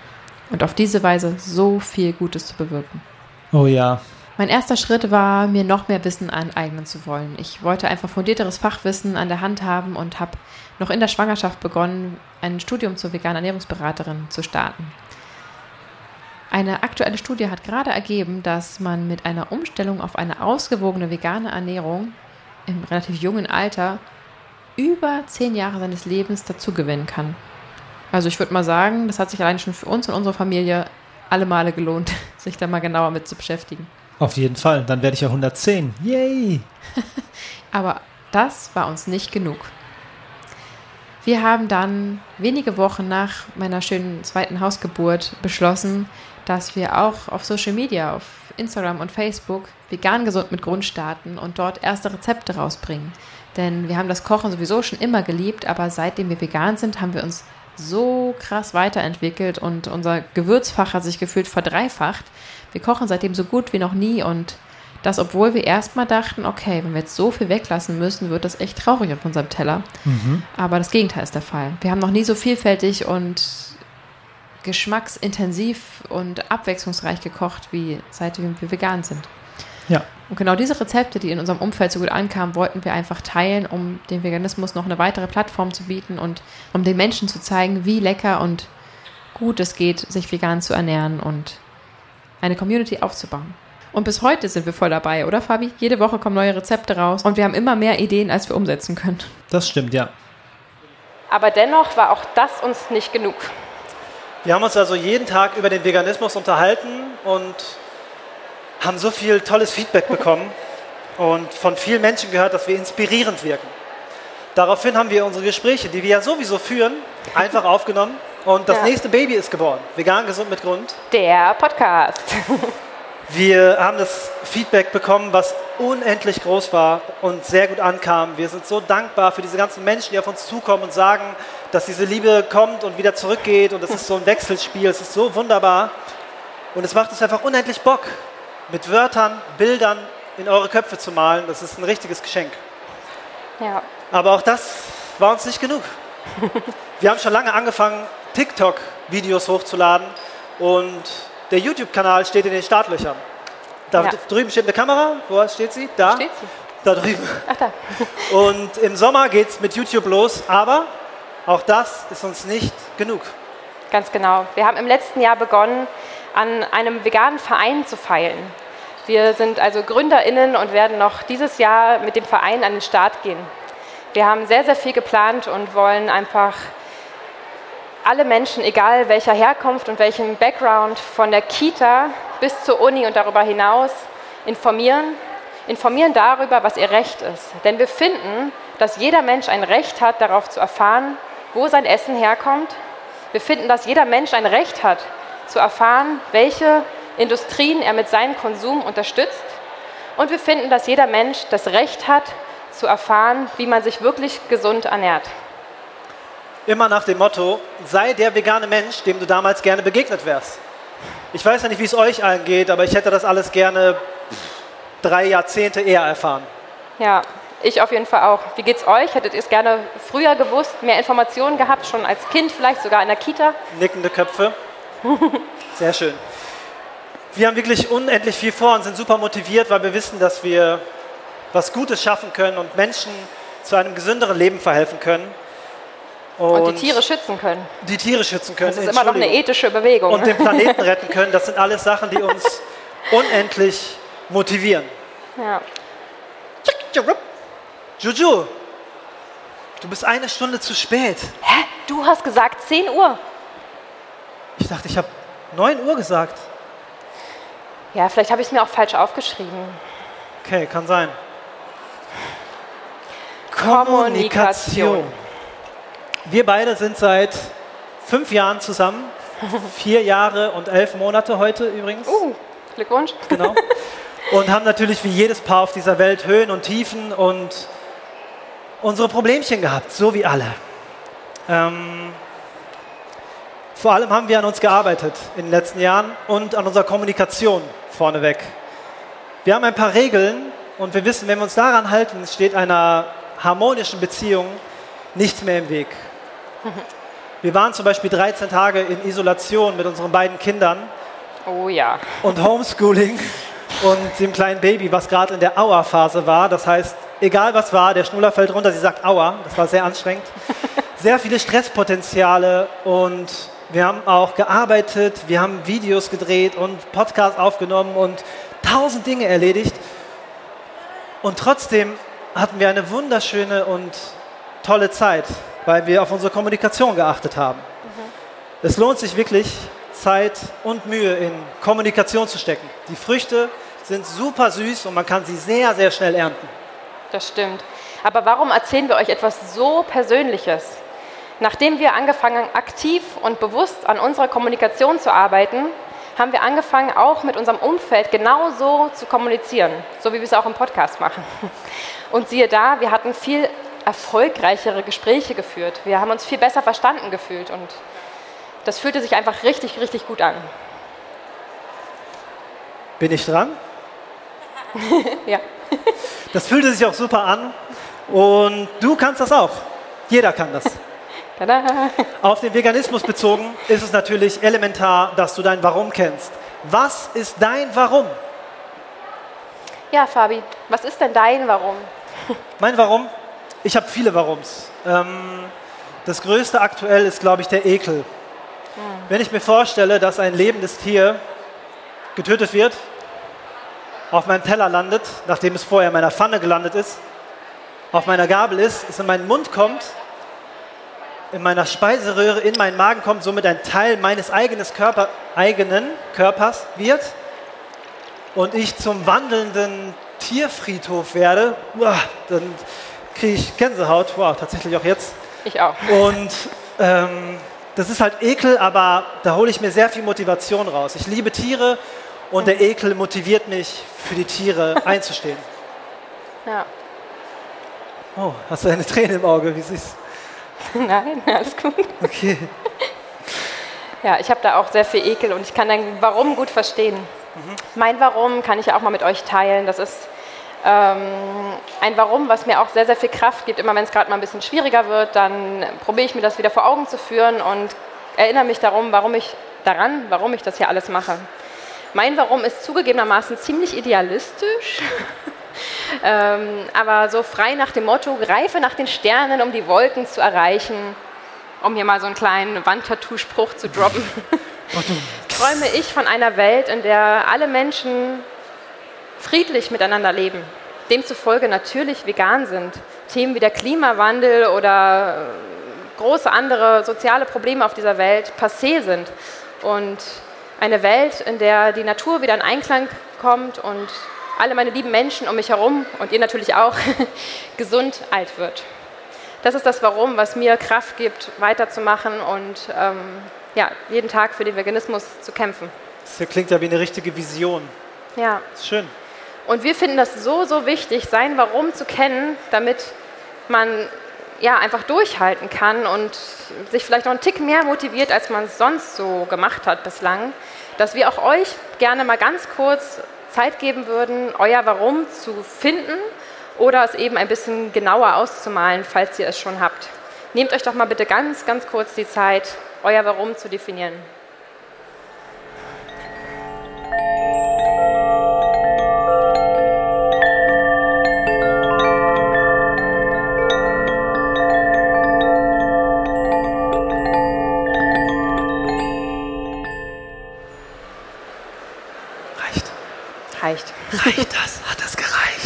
Und auf diese Weise so viel Gutes zu bewirken. Oh ja. Mein erster Schritt war, mir noch mehr Wissen aneignen zu wollen. Ich wollte einfach fundierteres Fachwissen an der Hand haben und habe noch in der Schwangerschaft begonnen, ein Studium zur veganen Ernährungsberaterin zu starten. Eine aktuelle Studie hat gerade ergeben, dass man mit einer Umstellung auf eine ausgewogene vegane Ernährung im relativ jungen Alter über zehn Jahre seines Lebens dazu gewinnen kann. Also ich würde mal sagen, das hat sich allein schon für uns und unsere Familie alle Male gelohnt, sich da mal genauer mit zu beschäftigen. Auf jeden Fall, dann werde ich ja hundertzehn. Yay! Aber das war uns nicht genug. Wir haben dann wenige Wochen nach meiner schönen zweiten Hausgeburt beschlossen, dass wir auch auf Social Media, auf Instagram und Facebook vegan gesund mit Grund starten und dort erste Rezepte rausbringen. Denn wir haben das Kochen sowieso schon immer geliebt, aber seitdem wir vegan sind, haben wir uns so krass weiterentwickelt und unser Gewürzfach hat sich gefühlt verdreifacht. Wir kochen seitdem so gut wie noch nie und das, obwohl wir erstmal dachten, okay, wenn wir jetzt so viel weglassen müssen, wird das echt traurig auf unserem Teller. Mhm. Aber das Gegenteil ist der Fall. Wir haben noch nie so vielfältig und geschmacksintensiv und abwechslungsreich gekocht, wie seitdem wir vegan sind. Ja. Und genau diese Rezepte, die in unserem Umfeld so gut ankamen, wollten wir einfach teilen, um dem Veganismus noch eine weitere Plattform zu bieten und um den Menschen zu zeigen, wie lecker und gut es geht, sich vegan zu ernähren und eine Community aufzubauen. Und bis heute sind wir voll dabei, oder Fabi? Jede Woche kommen neue Rezepte raus und wir haben immer mehr Ideen, als wir umsetzen können. Das stimmt, ja. Aber dennoch war auch das uns nicht genug. Wir haben uns also jeden Tag über den Veganismus unterhalten und haben so viel tolles Feedback bekommen und von vielen Menschen gehört, dass wir inspirierend wirken. Daraufhin haben wir unsere Gespräche, die wir ja sowieso führen, einfach aufgenommen und das ja. nächste Baby ist geboren. Vegan, gesund mit Grund. Der Podcast. Wir haben das Feedback bekommen, was unendlich groß war und sehr gut ankam. Wir sind so dankbar für diese ganzen Menschen, die auf uns zukommen und sagen, dass diese Liebe kommt und wieder zurückgeht und es ist so ein Wechselspiel, es ist so wunderbar und es macht uns einfach unendlich Bock, mit Wörtern, Bildern in eure Köpfe zu malen. Das ist ein richtiges Geschenk. Ja. Aber auch das war uns nicht genug. Wir haben schon lange angefangen, TikTok-Videos hochzuladen und der YouTube-Kanal steht in den Startlöchern. Da ja. drüben steht eine Kamera. Wo steht sie? Da. Steht sie? Da drüben. Ach, da. Und im Sommer geht es mit YouTube los, aber auch das ist uns nicht genug. Ganz genau. Wir haben im letzten Jahr begonnen, an einem veganen Verein zu feilen. Wir sind also GründerInnen und werden noch dieses Jahr mit dem Verein an den Start gehen. Wir haben sehr, sehr viel geplant und wollen einfach alle Menschen, egal welcher Herkunft und welchem Background, von der Kita bis zur Uni und darüber hinaus informieren, informieren darüber, was ihr Recht ist. Denn wir finden, dass jeder Mensch ein Recht hat, darauf zu erfahren, wo sein Essen herkommt. Wir finden, dass jeder Mensch ein Recht hat, zu erfahren, welche Industrien er mit seinem Konsum unterstützt. Und wir finden, dass jeder Mensch das Recht hat, zu erfahren, wie man sich wirklich gesund ernährt. Immer nach dem Motto, sei der vegane Mensch, dem du damals gerne begegnet wärst. Ich weiß ja nicht, wie es euch allen geht, aber ich hätte das alles gerne drei Jahrzehnte eher erfahren. Ja, ich auf jeden Fall auch. Wie geht's euch? Hättet ihr es gerne früher gewusst, mehr Informationen gehabt, schon als Kind, vielleicht sogar in der Kita? Nickende Köpfe. Sehr schön. Wir haben wirklich unendlich viel vor und sind super motiviert, weil wir wissen, dass wir was Gutes schaffen können und Menschen zu einem gesünderen Leben verhelfen können. Und, und die Tiere schützen können. Die Tiere schützen können. Das ist immer noch eine ethische Bewegung. Und den Planeten retten können. Das sind alles Sachen, die uns unendlich motivieren. Ja. Juju, du bist eine Stunde zu spät. Hä? Du hast gesagt zehn Uhr. Ich dachte, ich habe neun Uhr gesagt. Ja, vielleicht habe ich es mir auch falsch aufgeschrieben. Okay, kann sein. Kommunikation. Wir beide sind seit fünf Jahren zusammen. Vier Jahre und elf Monate heute übrigens. Uh, Glückwunsch. Genau. Und haben natürlich wie jedes Paar auf dieser Welt Höhen und Tiefen und unsere Problemchen gehabt, so wie alle. Ähm, vor allem haben wir an uns gearbeitet in den letzten Jahren und an unserer Kommunikation vorneweg. Wir haben ein paar Regeln und wir wissen, wenn wir uns daran halten, steht einer harmonischen Beziehung nichts mehr im Weg. Wir waren zum Beispiel dreizehn Tage in Isolation mit unseren beiden Kindern. Oh ja. Und Homeschooling und dem kleinen Baby, was gerade in der Aua-Phase war. Das heißt, egal was war, der Schnuller fällt runter, sie sagt Aua. Das war sehr anstrengend. Sehr viele Stresspotenziale und wir haben auch gearbeitet, wir haben Videos gedreht und Podcasts aufgenommen und tausend Dinge erledigt. Und trotzdem hatten wir eine wunderschöne und tolle Zeit, weil wir auf unsere Kommunikation geachtet haben. Mhm. Es lohnt sich wirklich, Zeit und Mühe in Kommunikation zu stecken. Die Früchte sind super süß und man kann sie sehr, sehr schnell ernten. Das stimmt. Aber warum erzählen wir euch etwas so Persönliches? Nachdem wir angefangen haben, aktiv und bewusst an unserer Kommunikation zu arbeiten, haben wir angefangen, auch mit unserem Umfeld genauso zu kommunizieren, so wie wir es auch im Podcast machen. Und siehe da, wir hatten viel erfolgreichere Gespräche geführt. Wir haben uns viel besser verstanden gefühlt und das fühlte sich einfach richtig, richtig gut an. Bin ich dran? Ja. Das fühlte sich auch super an und du kannst das auch. Jeder kann das. Tada. Auf den Veganismus bezogen ist es natürlich elementar, dass du dein Warum kennst. Was ist dein Warum? Ja, Fabi, was ist denn dein Warum? Mein Warum? Ich habe viele Warums. Ähm, das größte aktuell ist, glaube ich, der Ekel. Hm. Wenn ich mir vorstelle, dass ein lebendes Tier getötet wird, auf meinem Teller landet, nachdem es vorher in meiner Pfanne gelandet ist, auf meiner Gabel ist, es in meinen Mund kommt, in meiner Speiseröhre, in meinen Magen kommt, somit ein Teil meines eigenes Körper, eigenen Körpers wird und ich zum wandelnden Tierfriedhof werde, uah, dann kriege ich Gänsehaut, wow, tatsächlich auch jetzt. Ich auch. Und ähm, das ist halt Ekel, aber da hole ich mir sehr viel Motivation raus. Ich liebe Tiere und der Ekel motiviert mich, für die Tiere einzustehen. Ja. Oh, hast du eine Träne im Auge, wie süß. Nein, alles gut. Okay. Ja, ich habe da auch sehr viel Ekel und ich kann dein Warum gut verstehen. Mhm. Mein Warum kann ich ja auch mal mit euch teilen. Das ist ähm, ein Warum, was mir auch sehr, sehr viel Kraft gibt. Immer wenn es gerade mal ein bisschen schwieriger wird, dann probiere ich mir das wieder vor Augen zu führen und erinnere mich darum, warum ich, daran, warum ich das hier alles mache. Mein Warum ist zugegebenermaßen ziemlich idealistisch. Ähm, aber so frei nach dem Motto, greife nach den Sternen, um die Wolken zu erreichen, um hier mal so einen kleinen Wandtattoo-Spruch zu droppen, träume ich von einer Welt, in der alle Menschen friedlich miteinander leben, demzufolge natürlich vegan sind. Themen wie der Klimawandel oder große andere soziale Probleme auf dieser Welt passé sind und eine Welt, in der die Natur wieder in Einklang kommt und alle meine lieben Menschen um mich herum und ihr natürlich auch gesund alt wird. Das ist das Warum, was mir Kraft gibt, weiterzumachen und ähm, ja, jeden Tag für den Veganismus zu kämpfen. Das hier klingt ja wie eine richtige Vision. Ja. Das ist schön. Und wir finden das so, so wichtig, sein Warum zu kennen, damit man ja, einfach durchhalten kann und sich vielleicht noch einen Tick mehr motiviert, als man es sonst so gemacht hat bislang, dass wir auch euch gerne mal ganz kurz Zeit geben würden, euer Warum zu finden oder es eben ein bisschen genauer auszumalen, falls ihr es schon habt. Nehmt euch doch mal bitte ganz, ganz kurz die Zeit, euer Warum zu definieren. Reicht. Reicht das? Hat das gereicht?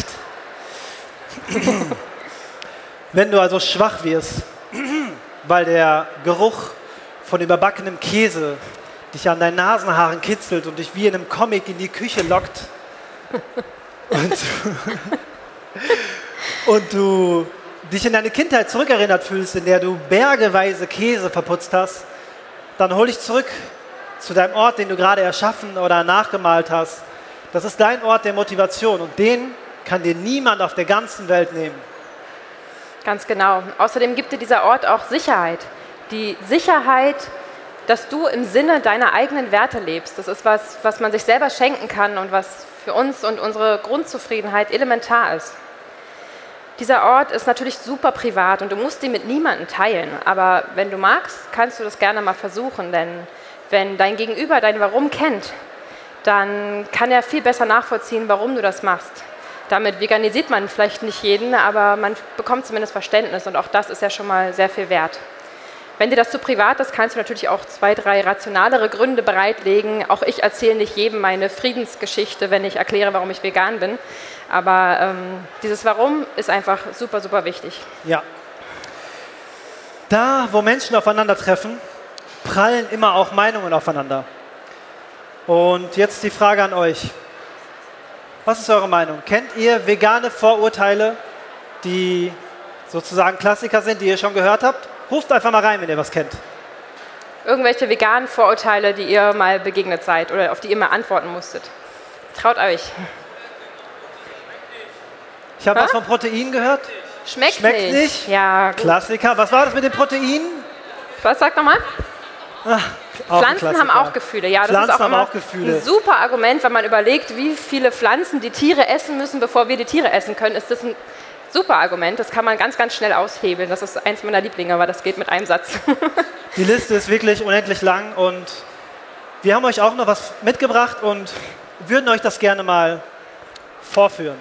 Wenn du also schwach wirst, weil der Geruch von überbackenem Käse dich an deinen Nasenhaaren kitzelt und dich wie in einem Comic in die Küche lockt und du, und du dich in deine Kindheit zurückerinnert fühlst, in der du bergeweise Käse verputzt hast, dann hol dich zurück zu deinem Ort, den du gerade erschaffen oder nachgemalt hast. Das ist dein Ort der Motivation und den kann dir niemand auf der ganzen Welt nehmen. Ganz genau. Außerdem gibt dir dieser Ort auch Sicherheit. Die Sicherheit, dass du im Sinne deiner eigenen Werte lebst. Das ist was, was man sich selber schenken kann und was für uns und unsere Grundzufriedenheit elementar ist. Dieser Ort ist natürlich super privat und du musst ihn mit niemandem teilen. Aber wenn du magst, kannst du das gerne mal versuchen. Denn wenn dein Gegenüber dein Warum kennt, dann kann er viel besser nachvollziehen, warum du das machst. Damit veganisiert man vielleicht nicht jeden, aber man bekommt zumindest Verständnis und auch das ist ja schon mal sehr viel wert. Wenn dir das zu privat ist, kannst du natürlich auch zwei, drei rationalere Gründe bereitlegen. Auch ich erzähle nicht jedem meine Friedensgeschichte, wenn ich erkläre, warum ich vegan bin. Aber ähm, dieses Warum ist einfach super, super wichtig. Ja. Da, wo Menschen aufeinandertreffen, prallen immer auch Meinungen aufeinander. Und jetzt die Frage an euch. Was ist eure Meinung? Kennt ihr vegane Vorurteile, die sozusagen Klassiker sind, die ihr schon gehört habt? Ruft einfach mal rein, wenn ihr was kennt. Irgendwelche veganen Vorurteile, die ihr mal begegnet seid oder auf die ihr mal antworten musstet. Traut euch. Ich habe Ha? was von Protein gehört. Schmeckt, Schmeckt nicht. nicht. Ja, gut. Klassiker. Was war das mit den Proteinen? Was sagt nochmal? Ah, auch ein Pflanzen haben Klassiker. auch Gefühle. Ja, das Pflanzen ist auch haben immer auch Gefühle. ein super Argument, wenn man überlegt, wie viele Pflanzen die Tiere essen müssen, bevor wir die Tiere essen können. Ist das ein super Argument. Das kann man ganz, ganz schnell aushebeln. Das ist eins meiner Lieblinge, aber das geht mit einem Satz. Die Liste ist wirklich unendlich lang und wir haben euch auch noch was mitgebracht und würden euch das gerne mal vorführen.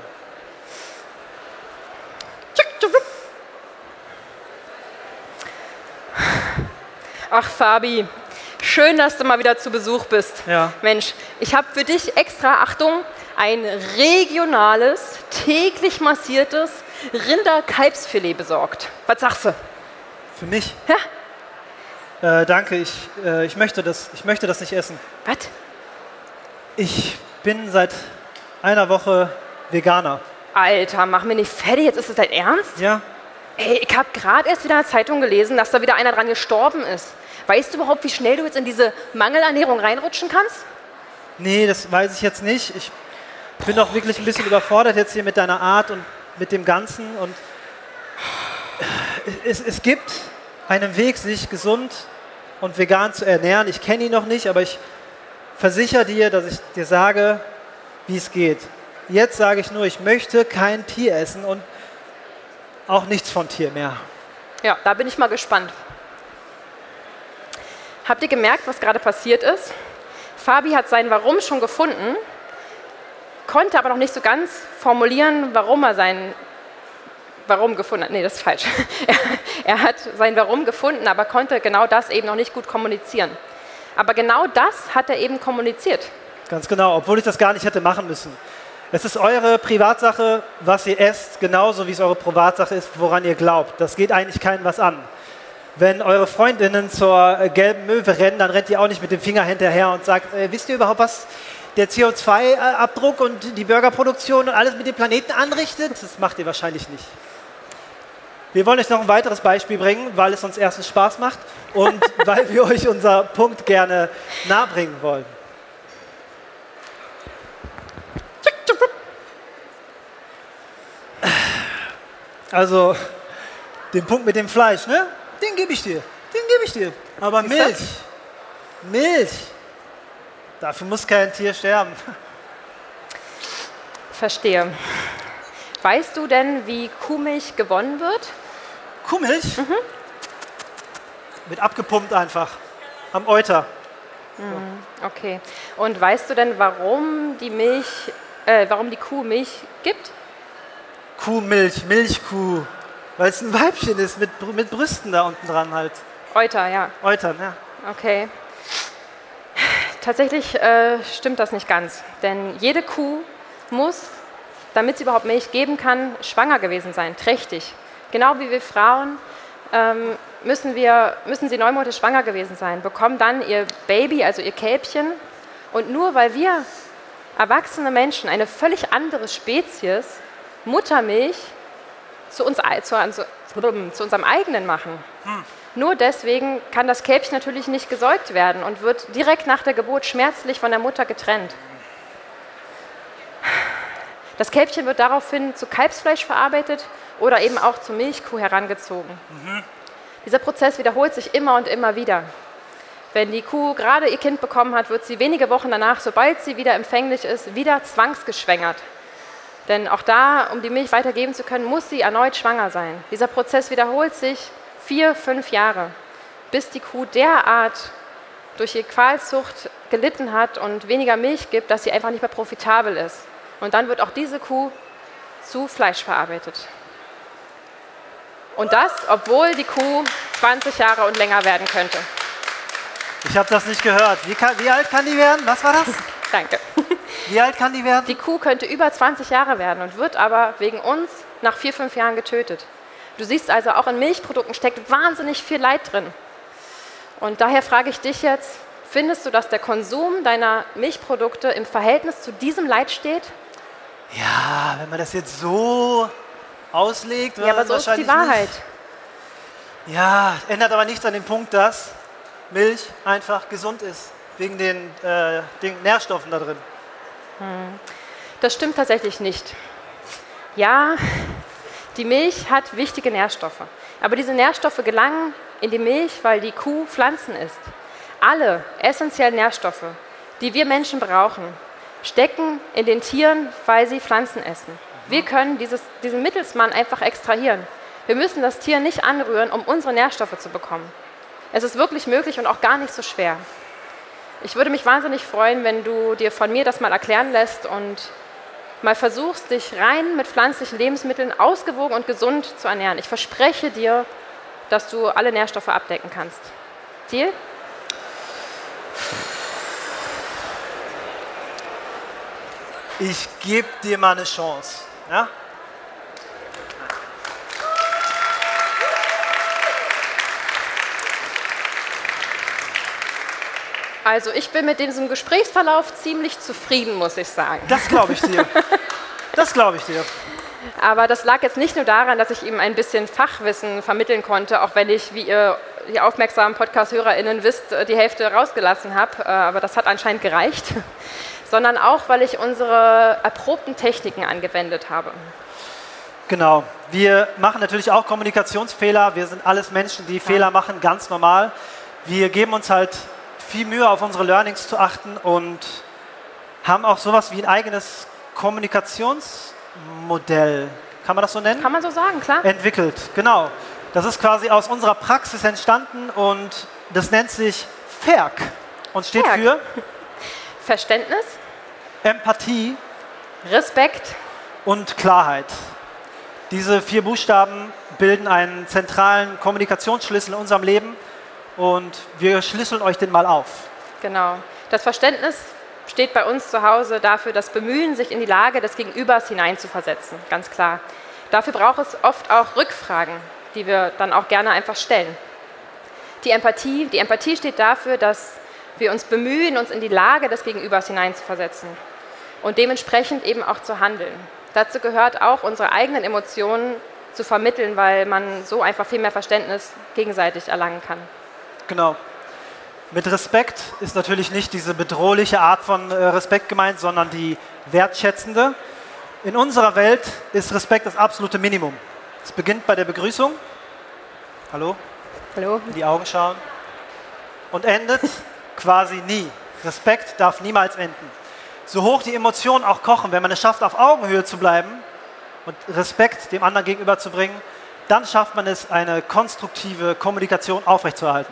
Ach, Fabi, schön, dass du mal wieder zu Besuch bist. Ja. Mensch, ich habe für dich extra, Achtung, ein regionales, täglich massiertes Rinderkalbsfilet besorgt. Was sagst du? Für mich? Ja? Äh, danke, ich, äh, ich, möchte das, ich möchte das nicht essen. Was? Ich bin seit einer Woche Veganer. Alter, mach mir nicht fertig, jetzt ist es dein Ernst? Ja? Ey, ich habe gerade erst wieder in der Zeitung gelesen, dass da wieder einer dran gestorben ist. Weißt du überhaupt, wie schnell du jetzt in diese Mangelernährung reinrutschen kannst? Nee, das weiß ich jetzt nicht. Ich bin auch wirklich ein bisschen überfordert jetzt hier mit deiner Art und mit dem Ganzen. Und es, es gibt einen Weg, sich gesund und vegan zu ernähren. Ich kenne ihn noch nicht, aber ich versichere dir, dass ich dir sage, wie es geht. Jetzt sage ich nur, ich möchte kein Tier essen und auch nichts von Tier mehr. Ja, da bin ich mal gespannt. Habt ihr gemerkt, was gerade passiert ist? Fabi hat sein Warum schon gefunden, konnte aber noch nicht so ganz formulieren, warum er sein Warum gefunden hat. Nee, das ist falsch. Er, er hat sein Warum gefunden, aber konnte genau das eben noch nicht gut kommunizieren. Aber genau das hat er eben kommuniziert. Ganz genau, obwohl ich das gar nicht hätte machen müssen. Es ist eure Privatsache, was ihr esst, genauso wie es eure Privatsache ist, woran ihr glaubt. Das geht eigentlich keinem was an. Wenn eure Freundinnen zur äh, gelben Möwe rennen, dann rennt ihr auch nicht mit dem Finger hinterher und sagt, äh, wisst ihr überhaupt, was der C O zwei Abdruck und die Burgerproduktion und alles mit dem Planeten anrichtet? Das macht ihr wahrscheinlich nicht. Wir wollen euch noch ein weiteres Beispiel bringen, weil es uns erstens Spaß macht und weil wir euch unser Punkt gerne nahebringen wollen. Also, den Punkt mit dem Fleisch, ne? Den gebe ich dir. Den gebe ich dir. Aber Ist Milch. das? Milch. Dafür muss kein Tier sterben. Verstehe. Weißt du denn, wie Kuhmilch gewonnen wird? Kuhmilch? Mhm. Wird abgepumpt einfach. Am Euter. Mhm, okay. Und weißt du denn, warum die Milch, äh, warum die Kuh Milch gibt? Kuhmilch, Milchkuh. Weil es ein Weibchen ist mit, mit Brüsten da unten dran halt. Euter, ja. Eutern, ja. Okay. Tatsächlich äh, stimmt das nicht ganz. Denn jede Kuh muss, damit sie überhaupt Milch geben kann, schwanger gewesen sein, trächtig. Genau wie wir Frauen ähm, müssen, wir, müssen sie neun Monate schwanger gewesen sein, bekommen dann ihr Baby, also ihr Kälbchen. Und nur weil wir erwachsene Menschen, eine völlig andere Spezies, Muttermilch zu, uns, zu, zu, zu unserem eigenen machen. Hm. Nur deswegen kann das Kälbchen natürlich nicht gesäugt werden und wird direkt nach der Geburt schmerzlich von der Mutter getrennt. Das Kälbchen wird daraufhin zu Kalbsfleisch verarbeitet oder eben auch zur Milchkuh herangezogen. Mhm. Dieser Prozess wiederholt sich immer und immer wieder. Wenn die Kuh gerade ihr Kind bekommen hat, wird sie wenige Wochen danach, sobald sie wieder empfänglich ist, wieder zwangsgeschwängert. Denn auch da, um die Milch weitergeben zu können, muss sie erneut schwanger sein. Dieser Prozess wiederholt sich vier, fünf Jahre, bis die Kuh derart durch ihre Qualzucht gelitten hat und weniger Milch gibt, dass sie einfach nicht mehr profitabel ist. Und dann wird auch diese Kuh zu Fleisch verarbeitet. Und das, obwohl die Kuh zwanzig Jahre und länger werden könnte. Ich habe das nicht gehört. Wie, kann, wie alt kann die werden? Was war das? Danke. Wie alt kann die werden? Die Kuh könnte über zwanzig Jahre werden und wird aber wegen uns nach vier, fünf Jahren getötet. Du siehst also, auch in Milchprodukten steckt wahnsinnig viel Leid drin. Und daher frage ich dich jetzt, findest du, dass der Konsum deiner Milchprodukte im Verhältnis zu diesem Leid steht? Ja, wenn man das jetzt so auslegt, Ja, aber so ist die Wahrheit. Nicht. Ja, ändert aber nichts an dem Punkt, dass Milch einfach gesund ist, wegen den, äh, den Nährstoffen da drin. Hm. Das stimmt tatsächlich nicht. Ja, die Milch hat wichtige Nährstoffe, aber diese Nährstoffe gelangen in die Milch, weil die Kuh Pflanzen isst. Alle essentiellen Nährstoffe, die wir Menschen brauchen, stecken in den Tieren, weil sie Pflanzen essen. Wir können dieses, diesen Mittelsmann einfach extrahieren. Wir müssen das Tier nicht anrühren, um unsere Nährstoffe zu bekommen. Es ist wirklich möglich und auch gar nicht so schwer. Ich würde mich wahnsinnig freuen, wenn du dir von mir das mal erklären lässt und mal versuchst, dich rein mit pflanzlichen Lebensmitteln ausgewogen und gesund zu ernähren. Ich verspreche dir, dass du alle Nährstoffe abdecken kannst. Deal? Ich gebe dir mal eine Chance. Ja? Also ich bin mit diesem Gesprächsverlauf ziemlich zufrieden, muss ich sagen. Das glaube ich dir. Das glaube ich dir. Aber das lag jetzt nicht nur daran, dass ich ihm ein bisschen Fachwissen vermitteln konnte, auch wenn ich, wie ihr die aufmerksamen Podcast-HörerInnen wisst, die Hälfte rausgelassen habe, aber das hat anscheinend gereicht, sondern auch, weil ich unsere erprobten Techniken angewendet habe. Genau. Wir machen natürlich auch Kommunikationsfehler. Wir sind alles Menschen, die ja. Fehler machen, ganz normal. Wir geben uns halt viel Mühe, auf unsere Learnings zu achten und haben auch sowas wie ein eigenes Kommunikationsmodell, kann man das so nennen? Kann man so sagen, klar. Entwickelt, genau. Das ist quasi aus unserer Praxis entstanden und das nennt sich F E R C und steht F E R C. für Verständnis, Empathie, Respekt und Klarheit. Diese vier Buchstaben bilden einen zentralen Kommunikationsschlüssel in unserem Leben. Und wir schlüsseln euch den mal auf. Genau. Das Verständnis steht bei uns zu Hause dafür, das Bemühen, sich in die Lage des Gegenübers hineinzuversetzen, ganz klar. Dafür braucht es oft auch Rückfragen, die wir dann auch gerne einfach stellen. Die Empathie, die Empathie steht dafür, dass wir uns bemühen, uns in die Lage des Gegenübers hineinzuversetzen und dementsprechend eben auch zu handeln. Dazu gehört auch, unsere eigenen Emotionen zu vermitteln, weil man so einfach viel mehr Verständnis gegenseitig erlangen kann. Genau. Mit Respekt ist natürlich nicht diese bedrohliche Art von äh, Respekt gemeint, sondern die wertschätzende. In unserer Welt ist Respekt das absolute Minimum. Es beginnt bei der Begrüßung. Hallo? Hallo? In die Augen schauen. Und endet quasi nie. Respekt darf niemals enden. So hoch die Emotionen auch kochen, wenn man es schafft, auf Augenhöhe zu bleiben und Respekt dem anderen gegenüberzubringen, dann schafft man es, eine konstruktive Kommunikation aufrechtzuerhalten.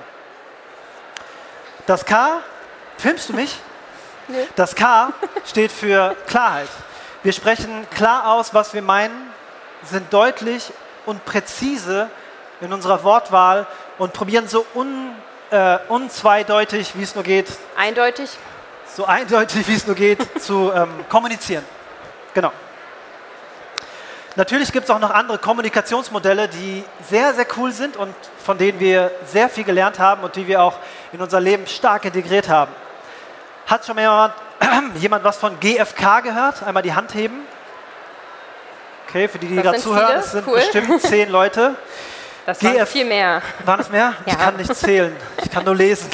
Das K, filmst du mich? Nee. Das K steht für Klarheit. Wir sprechen klar aus, was wir meinen, sind deutlich und präzise in unserer Wortwahl und probieren so un, äh, unzweideutig, wie es nur geht, eindeutig, so eindeutig, wie es nur geht, zu ähm, kommunizieren. Genau. Natürlich gibt es auch noch andere Kommunikationsmodelle, die sehr, sehr cool sind und von denen wir sehr viel gelernt haben und die wir auch in unser Leben stark integriert haben. Hat schon mal jemand, jemand was von G F K gehört? Einmal die Hand heben. Okay, für die, die gerade zuhören, es sind cool. bestimmt zehn Leute. Das waren G F viel mehr. Waren es mehr? Ja. Ich kann nicht zählen, ich kann nur lesen.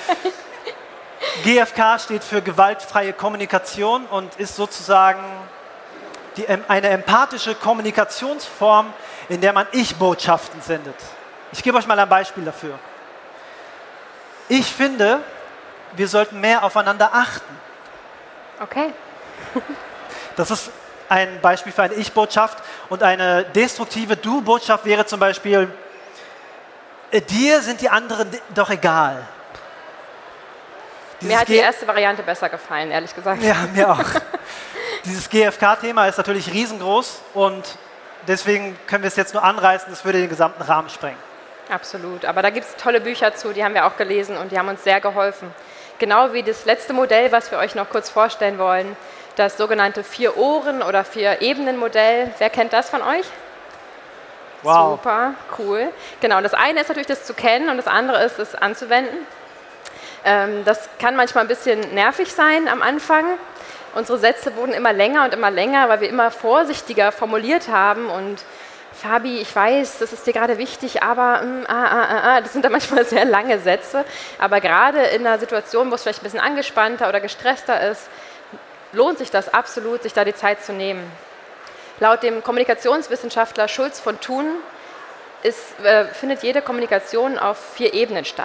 G F K steht für gewaltfreie Kommunikation und ist sozusagen Die, eine empathische Kommunikationsform, in der man Ich-Botschaften sendet. Ich gebe euch mal ein Beispiel dafür. Ich finde, wir sollten mehr aufeinander achten. Okay. Das ist ein Beispiel für eine Ich-Botschaft. Und eine destruktive Du-Botschaft wäre zum Beispiel, dir sind die anderen doch egal. Dieses mir hat die erste Variante besser gefallen, ehrlich gesagt. Ja, mir auch. Dieses G F K-Thema ist natürlich riesengroß und deswegen können wir es jetzt nur anreißen, das würde den gesamten Rahmen sprengen. Absolut, aber da gibt es tolle Bücher zu, die haben wir auch gelesen und die haben uns sehr geholfen. Genau wie das letzte Modell, was wir euch noch kurz vorstellen wollen, das sogenannte Vier-Ohren- oder Vier-Ebenen-Modell. Wer kennt das von euch? Wow. Super, cool. Genau, das eine ist natürlich das zu kennen und das andere ist, es anzuwenden. Ähm, das kann manchmal ein bisschen nervig sein am Anfang. Unsere Sätze wurden immer länger und immer länger, weil wir immer vorsichtiger formuliert haben und Fabi, ich weiß, das ist dir gerade wichtig, aber mm, ah, ah, ah, das sind dann manchmal sehr lange Sätze. Aber gerade in einer Situation, wo es vielleicht ein bisschen angespannter oder gestresster ist, lohnt sich das absolut, sich da die Zeit zu nehmen. Laut dem Kommunikationswissenschaftler Schulz von Thun ist, äh, findet jede Kommunikation auf vier Ebenen statt.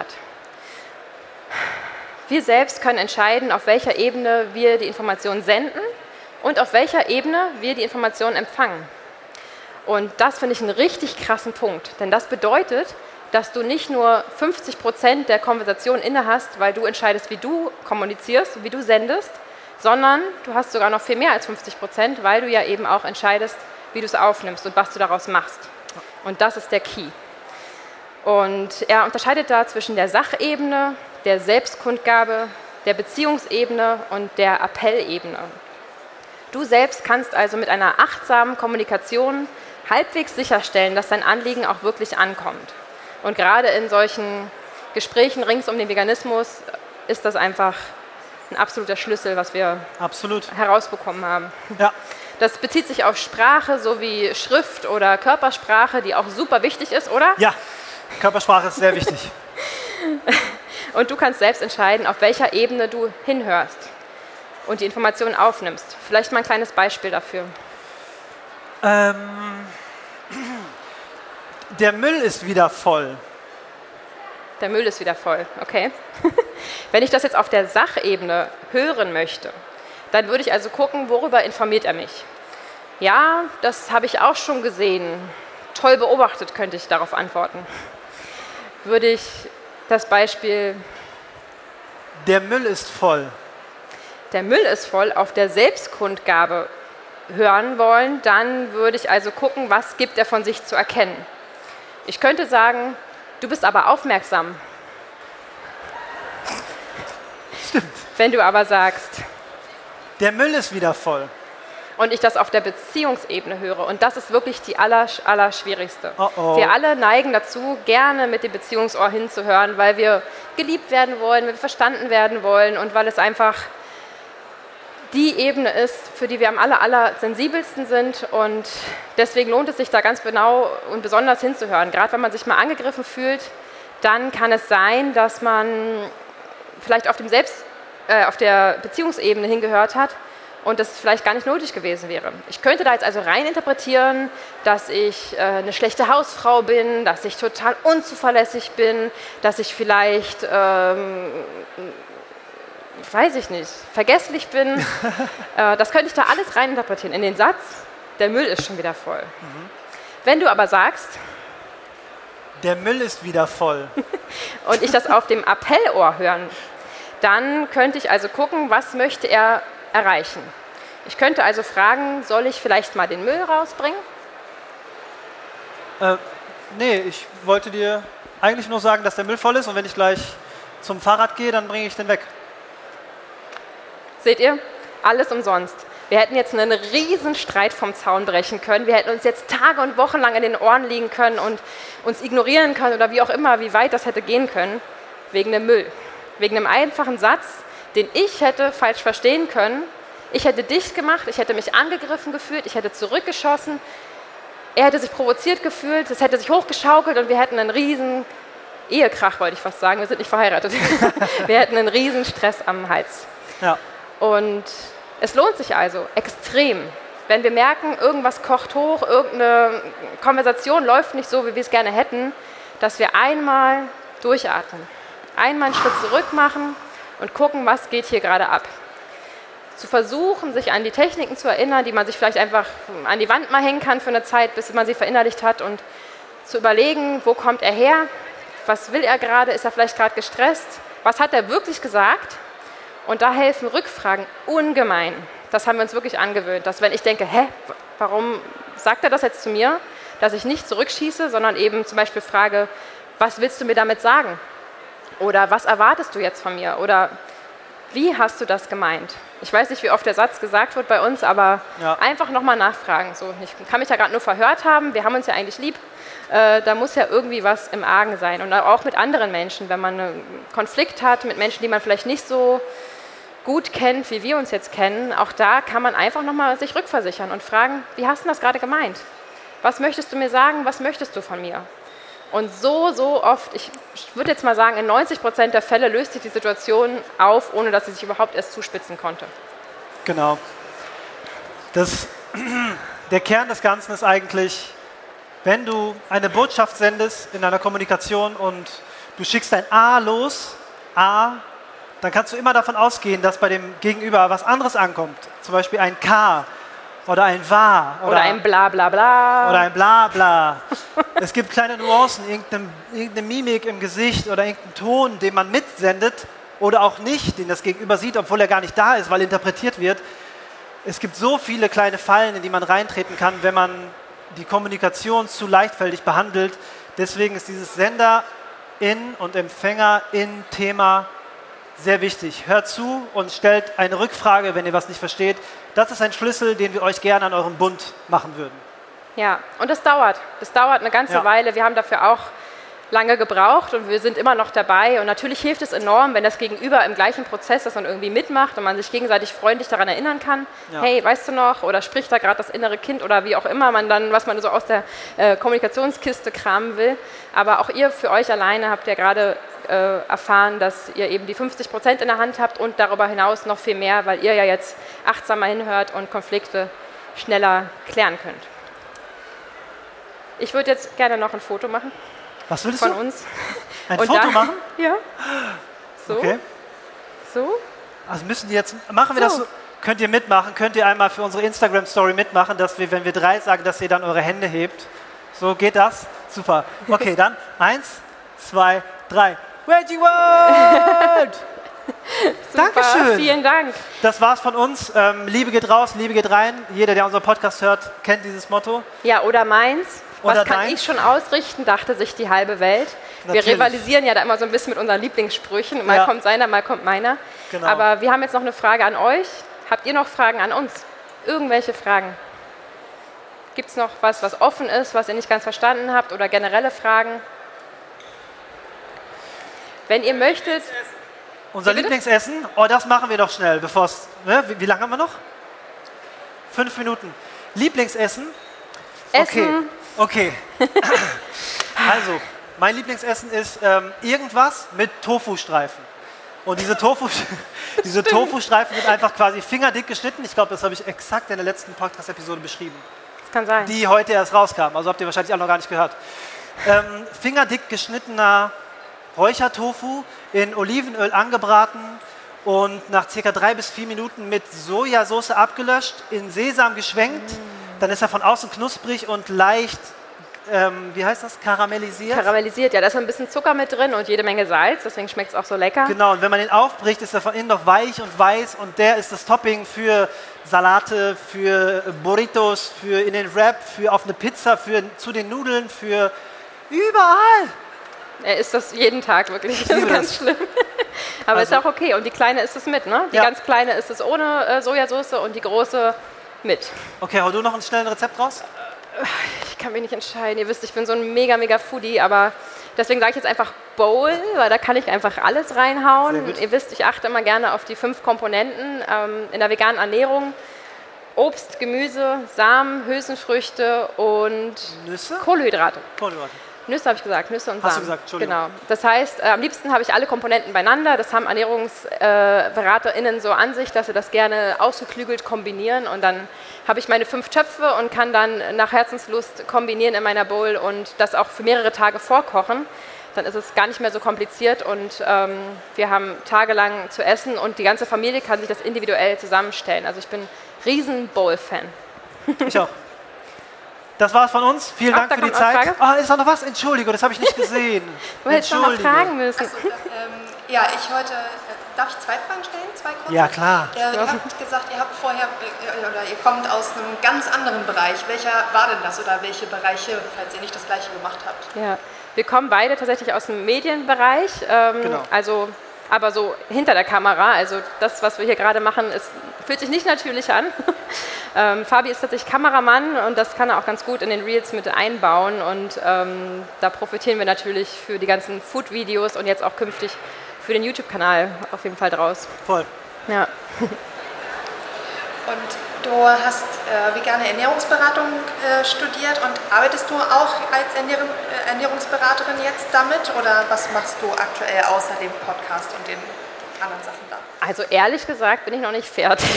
Wir selbst können entscheiden, auf welcher Ebene wir die Information senden und auf welcher Ebene wir die Information empfangen. Und das finde ich einen richtig krassen Punkt, denn das bedeutet, dass du nicht nur fünfzig Prozent der Konversation inne hast, weil du entscheidest, wie du kommunizierst, wie du sendest, sondern du hast sogar noch viel mehr als fünfzig Prozent, weil du ja eben auch entscheidest, wie du es aufnimmst und was du daraus machst. Und das ist der Key. Und er unterscheidet da zwischen der Sachebene, der Selbstkundgabe, der Beziehungsebene und der Appellebene. Du selbst kannst also mit einer achtsamen Kommunikation halbwegs sicherstellen, dass dein Anliegen auch wirklich ankommt. Und gerade in solchen Gesprächen rings um den Veganismus ist das einfach ein absoluter Schlüssel, was wir Absolut. herausbekommen haben. Ja. Das bezieht sich auf Sprache sowie Schrift oder Körpersprache, die auch super wichtig ist, oder? Ja, Körpersprache ist sehr wichtig. Und du kannst selbst entscheiden, auf welcher Ebene du hinhörst und die Informationen aufnimmst. Vielleicht mal ein kleines Beispiel dafür. Ähm, der Müll ist wieder voll. Der Müll ist wieder voll, okay. Wenn ich das jetzt auf der Sachebene hören möchte, dann würde ich also gucken, worüber informiert er mich. Ja, das habe ich auch schon gesehen. Toll beobachtet, könnte ich darauf antworten. Würde ich das Beispiel... Der Müll ist voll. Der Müll ist voll auf der Selbstkundgabe hören wollen, dann würde ich also gucken, was gibt er von sich zu erkennen. Ich könnte sagen, du bist aber aufmerksam. Stimmt. Wenn du aber sagst, der Müll ist wieder voll. Und ich das auf der Beziehungsebene höre. Und das ist wirklich die aller, aller schwierigste. Oh oh. Wir alle neigen dazu, gerne mit dem Beziehungsohr hinzuhören, weil wir geliebt werden wollen, weil wir verstanden werden wollen und weil es einfach die Ebene ist, für die wir am aller, aller sensibelsten sind. Und deswegen lohnt es sich da ganz genau und besonders hinzuhören. Gerade wenn man sich mal angegriffen fühlt, dann kann es sein, dass man vielleicht auf, dem Selbst, äh, auf der Beziehungsebene hingehört hat und das vielleicht gar nicht nötig gewesen wäre. Ich könnte da jetzt also rein interpretieren, dass ich äh, eine schlechte Hausfrau bin, dass ich total unzuverlässig bin, dass ich vielleicht, ähm, weiß ich nicht, vergesslich bin. äh, das könnte ich da alles rein interpretieren in den Satz, der Müll ist schon wieder voll. Mhm. Wenn du aber sagst, der Müll ist wieder voll und ich das auf dem Appellohr hören, dann könnte ich also gucken, was möchte er erreichen. Ich könnte also fragen, soll ich vielleicht mal den Müll rausbringen? Äh, nee, ich wollte dir eigentlich nur sagen, dass der Müll voll ist und wenn ich gleich zum Fahrrad gehe, dann bringe ich den weg. Seht ihr? Alles umsonst. Wir hätten jetzt einen riesen Streit vom Zaun brechen können. Wir hätten uns jetzt Tage und Wochen lang in den Ohren liegen können und uns ignorieren können oder wie auch immer, wie weit das hätte gehen können, wegen dem Müll. Wegen einem einfachen Satz, den ich hätte falsch verstehen können. Ich hätte dicht gemacht, ich hätte mich angegriffen gefühlt, ich hätte zurückgeschossen. Er hätte sich provoziert gefühlt, es hätte sich hochgeschaukelt und wir hätten einen riesen Ehekrach, wollte ich fast sagen. Wir sind nicht verheiratet. Wir hätten einen riesen Stress am Hals. Ja. Und es lohnt sich also extrem, wenn wir merken, irgendwas kocht hoch, irgendeine Konversation läuft nicht so, wie wir es gerne hätten, dass wir einmal durchatmen, einmal einen Schritt zurück machen und gucken, was geht hier gerade ab. Zu versuchen, sich an die Techniken zu erinnern, die man sich vielleicht einfach an die Wand mal hängen kann für eine Zeit, bis man sie verinnerlicht hat und zu überlegen, wo kommt er her, was will er gerade, ist er vielleicht gerade gestresst, was hat er wirklich gesagt? Und da helfen Rückfragen ungemein. Das haben wir uns wirklich angewöhnt, dass wenn ich denke, hä, warum sagt er das jetzt zu mir, dass ich nicht zurückschieße, sondern eben zum Beispiel frage, was willst du mir damit sagen? Oder was erwartest du jetzt von mir? Oder wie hast du das gemeint? Ich weiß nicht, wie oft der Satz gesagt wird bei uns, aber ja. einfach nochmal nachfragen. So, ich kann mich ja gerade nur verhört haben, wir haben uns ja eigentlich lieb. Äh, da muss ja irgendwie was im Argen sein. Und auch mit anderen Menschen, wenn man einen Konflikt hat, mit Menschen, die man vielleicht nicht so gut kennt, wie wir uns jetzt kennen, auch da kann man einfach nochmal sich rückversichern und fragen, wie hast du das gerade gemeint? Was möchtest du mir sagen? Was möchtest du von mir? Und so, so oft, ich würde jetzt mal sagen, in neunzig Prozent der Fälle löst sich die Situation auf, ohne dass sie sich überhaupt erst zuspitzen konnte. Genau. Das, der Kern des Ganzen ist eigentlich, wenn du eine Botschaft sendest in einer Kommunikation und du schickst ein A los, A, dann kannst du immer davon ausgehen, dass bei dem Gegenüber was anderes ankommt. Zum Beispiel ein K oder ein Wa. Oder, oder ein Bla bla bla. Oder ein Bla bla. Es gibt kleine Nuancen, irgendeine, irgendeine Mimik im Gesicht oder irgendeinen Ton, den man mitsendet oder auch nicht, den das Gegenüber sieht, obwohl er gar nicht da ist, weil interpretiert wird. Es gibt so viele kleine Fallen, in die man reintreten kann, wenn man die Kommunikation zu leichtfertig behandelt. Deswegen ist dieses Sender-In- und Empfänger-In-Thema sehr wichtig. Hört zu und stellt eine Rückfrage, wenn ihr was nicht versteht. Das ist ein Schlüssel, den wir euch gerne an eurem Bund machen würden. Ja, und das dauert. Das dauert eine ganze ja. Weile. Wir haben dafür auch lange gebraucht und wir sind immer noch dabei. Und natürlich hilft es enorm, wenn das Gegenüber im gleichen Prozess das dann irgendwie mitmacht und man sich gegenseitig freundlich daran erinnern kann. Ja. Hey, weißt du noch? Oder spricht da gerade das innere Kind oder wie auch immer man dann, was man so aus der äh, Kommunikationskiste kramen will. Aber auch ihr für euch alleine habt ja gerade äh, erfahren, dass ihr eben die fünfzig Prozent in der Hand habt und darüber hinaus noch viel mehr, weil ihr ja jetzt achtsamer hinhört und Konflikte schneller klären könnt. Ich würde jetzt gerne noch ein Foto machen. Was willst von du? uns. Ein und Foto da, machen? Ja. So. Okay. So. Also müssen die jetzt, machen wir so. das so, könnt ihr mitmachen, könnt ihr einmal für unsere Instagram-Story mitmachen, dass wir, wenn wir drei sagen, dass ihr dann eure Hände hebt. So, geht das? Super. Okay, dann eins, zwei, drei. Wedgie World! Super, Dankeschön. Vielen Dank. Das war's von uns. Ähm, Liebe geht raus, Liebe geht rein. Jeder, der unseren Podcast hört, kennt dieses Motto. Ja, oder meins. Oder Was kann dein? ich schon ausrichten, dachte sich die halbe Welt. Natürlich. Wir rivalisieren ja da immer so ein bisschen mit unseren Lieblingssprüchen. Mal Ja. kommt seiner, mal kommt meiner. Genau. Aber wir haben jetzt noch eine Frage an euch. Habt ihr noch Fragen an uns? Irgendwelche Fragen? Gibt es noch was, was offen ist, was ihr nicht ganz verstanden habt oder generelle Fragen? Wenn ihr möchtet... Unser Lieblingsessen? Oh, das machen wir doch schnell, bevor es... Ne? Wie, wie lange haben wir noch? Fünf Minuten. Lieblingsessen? Essen. Okay. Okay. Also, mein Lieblingsessen ist ähm, irgendwas mit Tofu-Streifen. Und diese Tofu, diese Tofu-Streifen sind einfach quasi fingerdick geschnitten. Ich glaube, das habe ich exakt in der letzten Podcast-Episode beschrieben. Das kann sein. Die heute erst rauskam. Also habt ihr wahrscheinlich auch noch gar nicht gehört. Ähm, fingerdick geschnittener Räuchertofu in Olivenöl angebraten und nach circa drei bis vier Minuten mit Sojasauce abgelöscht, in Sesam geschwenkt. Mm. Dann ist er von außen knusprig und leicht, ähm, wie heißt das, karamellisiert? Karamellisiert, ja, da ist ein bisschen Zucker mit drin und jede Menge Salz, deswegen schmeckt es auch so lecker. Genau, und wenn man den aufbricht, ist er von innen noch weich und weiß und der ist das Topping für Salate, für Burritos, für in den Wrap, für auf eine Pizza, für zu den Nudeln, für überall. Er isst das jeden Tag wirklich, das ist ganz schlimm. Aber also, ist auch okay. Und die Kleine isst es mit, ne? Die ja. ganz Kleine isst es ohne äh, Sojasauce und die Große mit. Okay, hau du noch ein schnelles Rezept raus? Ich kann mich nicht entscheiden. Ihr wisst, ich bin so ein mega, mega Foodie, aber deswegen sage ich jetzt einfach Bowl, weil da kann ich einfach alles reinhauen. Ihr wisst, ich achte immer gerne auf die fünf Komponenten ähm, in der veganen Ernährung. Obst, Gemüse, Samen, Hülsenfrüchte und Nüsse? Kohlenhydrate. Kohlenhydrate. Nüsse habe ich gesagt, Nüsse und Samen. Hast du gesagt, Entschuldigung. Genau. Das heißt, äh, am liebsten habe ich alle Komponenten beieinander. Das haben ErnährungsberaterInnen äh, so an sich, dass sie das gerne ausgeklügelt kombinieren. Und dann habe ich meine fünf Töpfe und kann dann nach Herzenslust kombinieren in meiner Bowl und das auch für mehrere Tage vorkochen. Dann ist es gar nicht mehr so kompliziert und ähm, wir haben tagelang zu essen und die ganze Familie kann sich das individuell zusammenstellen. Also ich bin riesen Bowl-Fan. Ich auch. Das war's von uns. Vielen Ach, Dank für die Zeit. Ah, ist da noch was? Entschuldigung, das habe ich nicht gesehen. Du hättest noch mal fragen müssen. Also, ähm, Ja, ich wollte, darf ich zwei Fragen stellen? Zwei kurze? Ja, klar. Äh, ihr habt gesagt, ihr habt vorher, äh, oder ihr kommt aus einem ganz anderen Bereich. Welcher war denn das oder welche Bereiche, falls ihr nicht das Gleiche gemacht habt? Ja, wir kommen beide tatsächlich aus dem Medienbereich, ähm, Genau. also aber so hinter der Kamera. Also das, was wir hier gerade machen, ist, fühlt sich nicht natürlich an. ähm, Fabi ist tatsächlich Kameramann und das kann er auch ganz gut in den Reels mit einbauen und ähm, da profitieren wir natürlich für die ganzen Food-Videos und jetzt auch künftig für den YouTube-Kanal auf jeden Fall draus. Voll. Ja. Und du hast äh, vegane Ernährungsberatung äh, studiert und arbeitest du auch als Ernährung, äh, Ernährungsberaterin jetzt damit oder was machst du aktuell außer dem Podcast und den anderen Sachen da? Also ehrlich gesagt bin ich noch nicht fertig.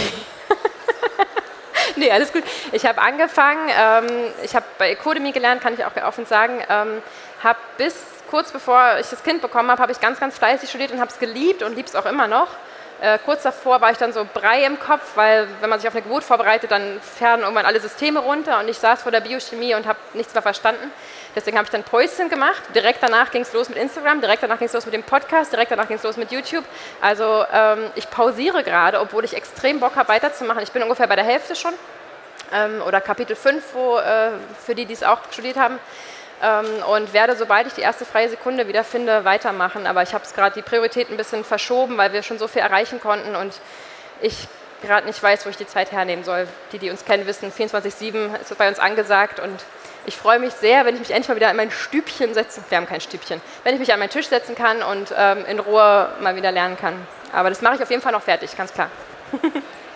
Nee, alles gut. Ich habe angefangen, ähm, ich habe bei Ecodemy gelernt, kann ich auch offen sagen, ähm, habe bis kurz bevor ich das Kind bekommen habe, habe ich ganz, ganz fleißig studiert und habe es geliebt und liebe es auch immer noch. Äh, kurz davor war ich dann so Brei im Kopf, weil wenn man sich auf eine Geburt vorbereitet, dann fahren irgendwann alle Systeme runter und ich saß vor der Biochemie und habe nichts mehr verstanden. Deswegen habe ich dann Päuschen gemacht. Direkt danach ging es los mit Instagram, direkt danach ging es los mit dem Podcast, direkt danach ging es los mit YouTube. Also ähm, ich pausiere gerade, obwohl ich extrem Bock habe, weiterzumachen. Ich bin ungefähr bei der Hälfte schon ähm, oder Kapitel fünf, wo, äh, für die, die es auch studiert haben. Ähm, und werde, sobald ich die erste freie Sekunde wieder finde, weitermachen. Aber ich habe es gerade die Priorität ein bisschen verschoben, weil wir schon so viel erreichen konnten und ich gerade nicht weiß, wo ich die Zeit hernehmen soll. Die, die uns kennen, wissen, vierundzwanzig sieben ist bei uns angesagt und ich freue mich sehr, wenn ich mich endlich mal wieder in mein Stübchen setze. Wir haben kein Stübchen. Wenn ich mich an meinen Tisch setzen kann und ähm, in Ruhe mal wieder lernen kann. Aber das mache ich auf jeden Fall noch fertig, ganz klar. Hi.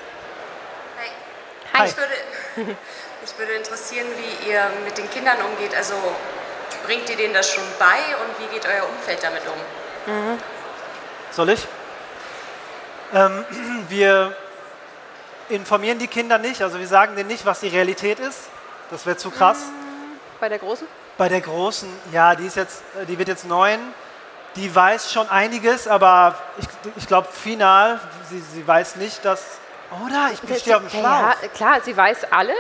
Hi. Ich würde, mich würde interessieren, wie ihr mit den Kindern umgeht. Also bringt ihr denen das schon bei und wie geht euer Umfeld damit um? Mhm. Soll ich? Ähm, wir informieren die Kinder nicht, also wir sagen denen nicht, was die Realität ist. Das wäre zu krass. Bei der Großen? Bei der Großen, ja, die ist jetzt, die wird jetzt neun. Die weiß schon einiges, aber ich, ich glaube final, sie, sie weiß nicht, dass, oder? Ich stehe auf dem Schlauch. Ja, klar, sie weiß alles,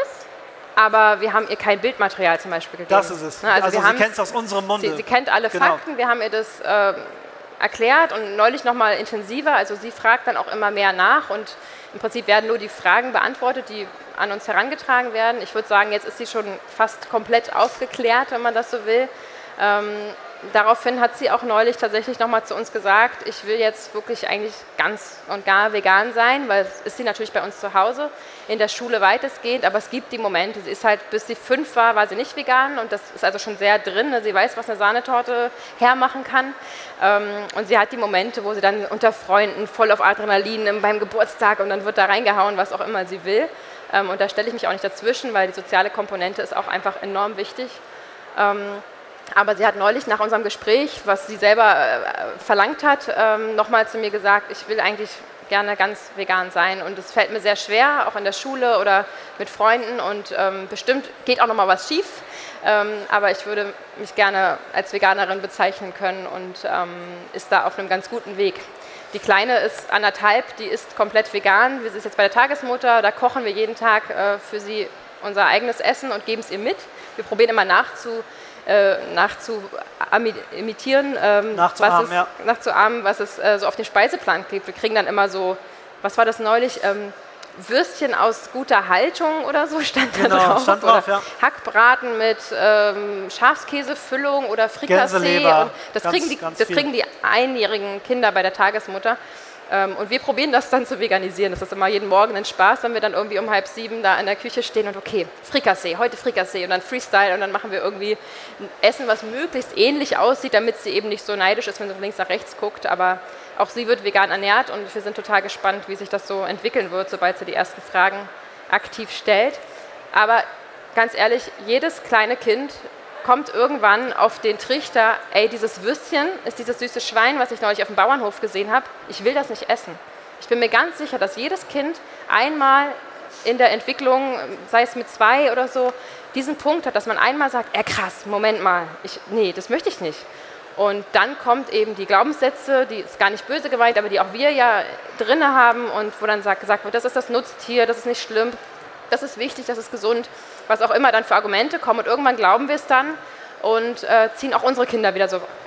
aber wir haben ihr kein Bildmaterial zum Beispiel gegeben. Das ist es. Ne, also also wir sie kennt es aus unserem Munde. Sie, sie kennt alle Genau. Fakten, wir haben ihr das äh, erklärt und neulich nochmal intensiver. Also sie fragt dann auch immer mehr nach und im Prinzip werden nur die Fragen beantwortet, die an uns herangetragen werden. Ich würde sagen, jetzt ist sie schon fast komplett aufgeklärt, wenn man das so will. Ähm, daraufhin hat sie auch neulich tatsächlich nochmal zu uns gesagt, ich will jetzt wirklich eigentlich ganz und gar vegan sein, weil es ist sie natürlich bei uns zu Hause, in der Schule weitestgehend, aber es gibt die Momente, sie ist halt, bis sie fünf war, war sie nicht vegan und das ist also schon sehr drin, sie weiß, was eine Sahnetorte hermachen kann ähm, und sie hat die Momente, wo sie dann unter Freunden voll auf Adrenalin beim Geburtstag und dann wird da reingehauen, was auch immer sie will ähm, und da stelle ich mich auch nicht dazwischen, weil die soziale Komponente ist auch einfach enorm wichtig. Ähm, Aber sie hat neulich nach unserem Gespräch, was sie selber äh, verlangt hat, ähm, nochmal zu mir gesagt, ich will eigentlich gerne ganz vegan sein und es fällt mir sehr schwer, auch in der Schule oder mit Freunden und ähm, bestimmt geht auch nochmal was schief, ähm, aber ich würde mich gerne als Veganerin bezeichnen können und ähm, ist da auf einem ganz guten Weg. Die Kleine ist anderthalb, die ist komplett vegan, wir sind jetzt bei der Tagesmutter, da kochen wir jeden Tag äh, für sie unser eigenes Essen und geben es ihr mit. Wir probieren immer nachzu Äh, nachzuimitieren, ähm, Nachzuahmen, was es, ja. nachzuahmen, was es äh, so auf den Speiseplan gibt. Wir kriegen dann immer so, was war das neulich, ähm, Würstchen aus guter Haltung oder so stand da Genau, drauf. stand drauf, oder ja. Hackbraten mit ähm, Schafskäsefüllung oder Frikassee. Gänseleber, Und das, ganz, kriegen die, ganz das viel. kriegen die einjährigen Kinder bei der Tagesmutter. Ähm, und wir probieren das dann zu veganisieren. Das ist immer jeden Morgen ein Spaß, wenn wir dann irgendwie um halb sieben da in der Küche stehen und okay, Frikassee, heute Frikassee und dann Freestyle und dann machen wir irgendwie ein Essen, was möglichst ähnlich aussieht, damit sie eben nicht so neidisch ist, wenn sie von links nach rechts guckt. Aber auch sie wird vegan ernährt und wir sind total gespannt, wie sich das so entwickeln wird, sobald sie die ersten Fragen aktiv stellt. Aber ganz ehrlich, jedes kleine Kind kommt irgendwann auf den Trichter, ey, dieses Würstchen ist dieses süße Schwein, was ich neulich auf dem Bauernhof gesehen habe, ich will das nicht essen. Ich bin mir ganz sicher, dass jedes Kind einmal in der Entwicklung, sei es mit zwei oder so, diesen Punkt hat, dass man einmal sagt, ey krass, Moment mal, ich, nee, das möchte ich nicht. Und dann kommt eben die Glaubenssätze, die ist gar nicht böse gemeint, aber die auch wir ja drinne haben und wo dann sagt, gesagt wird, das ist das Nutztier, das ist nicht schlimm, das ist wichtig, das ist gesund, was auch immer dann für Argumente kommen und irgendwann glauben wir es dann und äh, ziehen auch unsere Kinder wieder so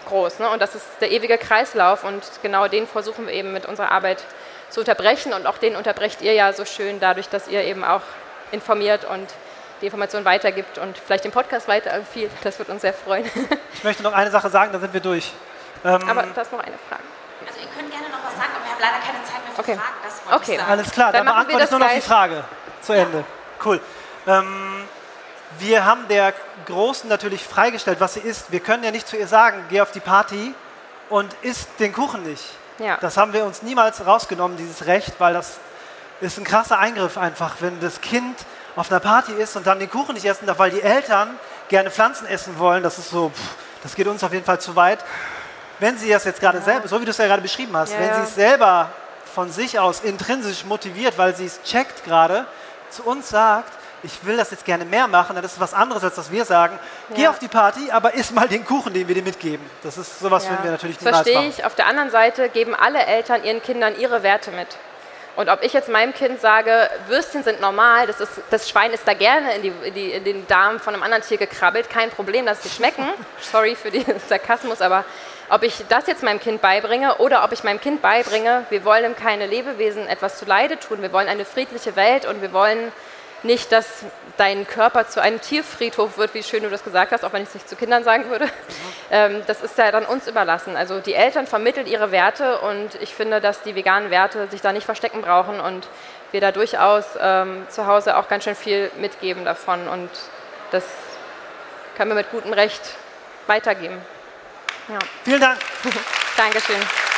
groß. Ne? Und das ist der ewige Kreislauf und genau den versuchen wir eben mit unserer Arbeit zu unterbrechen und auch den unterbrecht ihr ja so schön dadurch, dass ihr eben auch informiert und die Information weitergibt und vielleicht den Podcast weiterempfiehlt. Das wird uns sehr freuen. Ich möchte noch eine Sache sagen, dann sind wir durch. Ähm, aber da ist noch eine Frage. Also ihr könnt gerne noch was sagen, aber wir haben leider keine Zeit mehr für okay. Fragen. Das wollte okay. ich sagen. Alles klar, dann, dann beantworte ich nur noch die Frage zu Ende. Cool. Ähm, wir haben der Großen natürlich freigestellt, was sie isst. Wir können ja nicht zu ihr sagen, geh auf die Party und isst den Kuchen nicht. Ja. Das haben wir uns niemals rausgenommen, dieses Recht, weil das ist ein krasser Eingriff einfach, wenn das Kind auf einer Party ist und dann den Kuchen nicht essen darf, weil die Eltern gerne Pflanzen essen wollen. Das ist so, pff, das geht uns auf jeden Fall zu weit. Wenn sie das jetzt gerade ja. selber, so wie du es ja gerade beschrieben hast, ja, wenn ja. sie es selber von sich aus intrinsisch motiviert, weil sie es checkt gerade, zu uns sagt, ich will das jetzt gerne mehr machen, dann ist es was anderes, als dass wir sagen, ja. geh auf die Party, aber iss mal den Kuchen, den wir dir mitgeben. Das ist sowas, ja. würden wir natürlich niemals Verstehe machen. ich. Auf der anderen Seite geben alle Eltern ihren Kindern ihre Werte mit. Und ob ich jetzt meinem Kind sage, Würstchen sind normal, das, ist, das Schwein ist da gerne in, die, in, die, in den Darm von einem anderen Tier gekrabbelt, kein Problem, dass sie schmecken. Sorry für den Sarkasmus, aber ob ich das jetzt meinem Kind beibringe oder ob ich meinem Kind beibringe, wir wollen keine Lebewesen etwas zuleide tun, wir wollen eine friedliche Welt und wir wollen nicht, dass dein Körper zu einem Tierfriedhof wird, wie schön du das gesagt hast, auch wenn ich es nicht zu Kindern sagen würde. Ähm, das ist ja dann uns überlassen. Also die Eltern vermitteln ihre Werte und ich finde, dass die veganen Werte sich da nicht verstecken brauchen und wir da durchaus ähm, zu Hause auch ganz schön viel mitgeben davon und das können wir mit gutem Recht weitergeben. Ja. Vielen Dank. Dankeschön.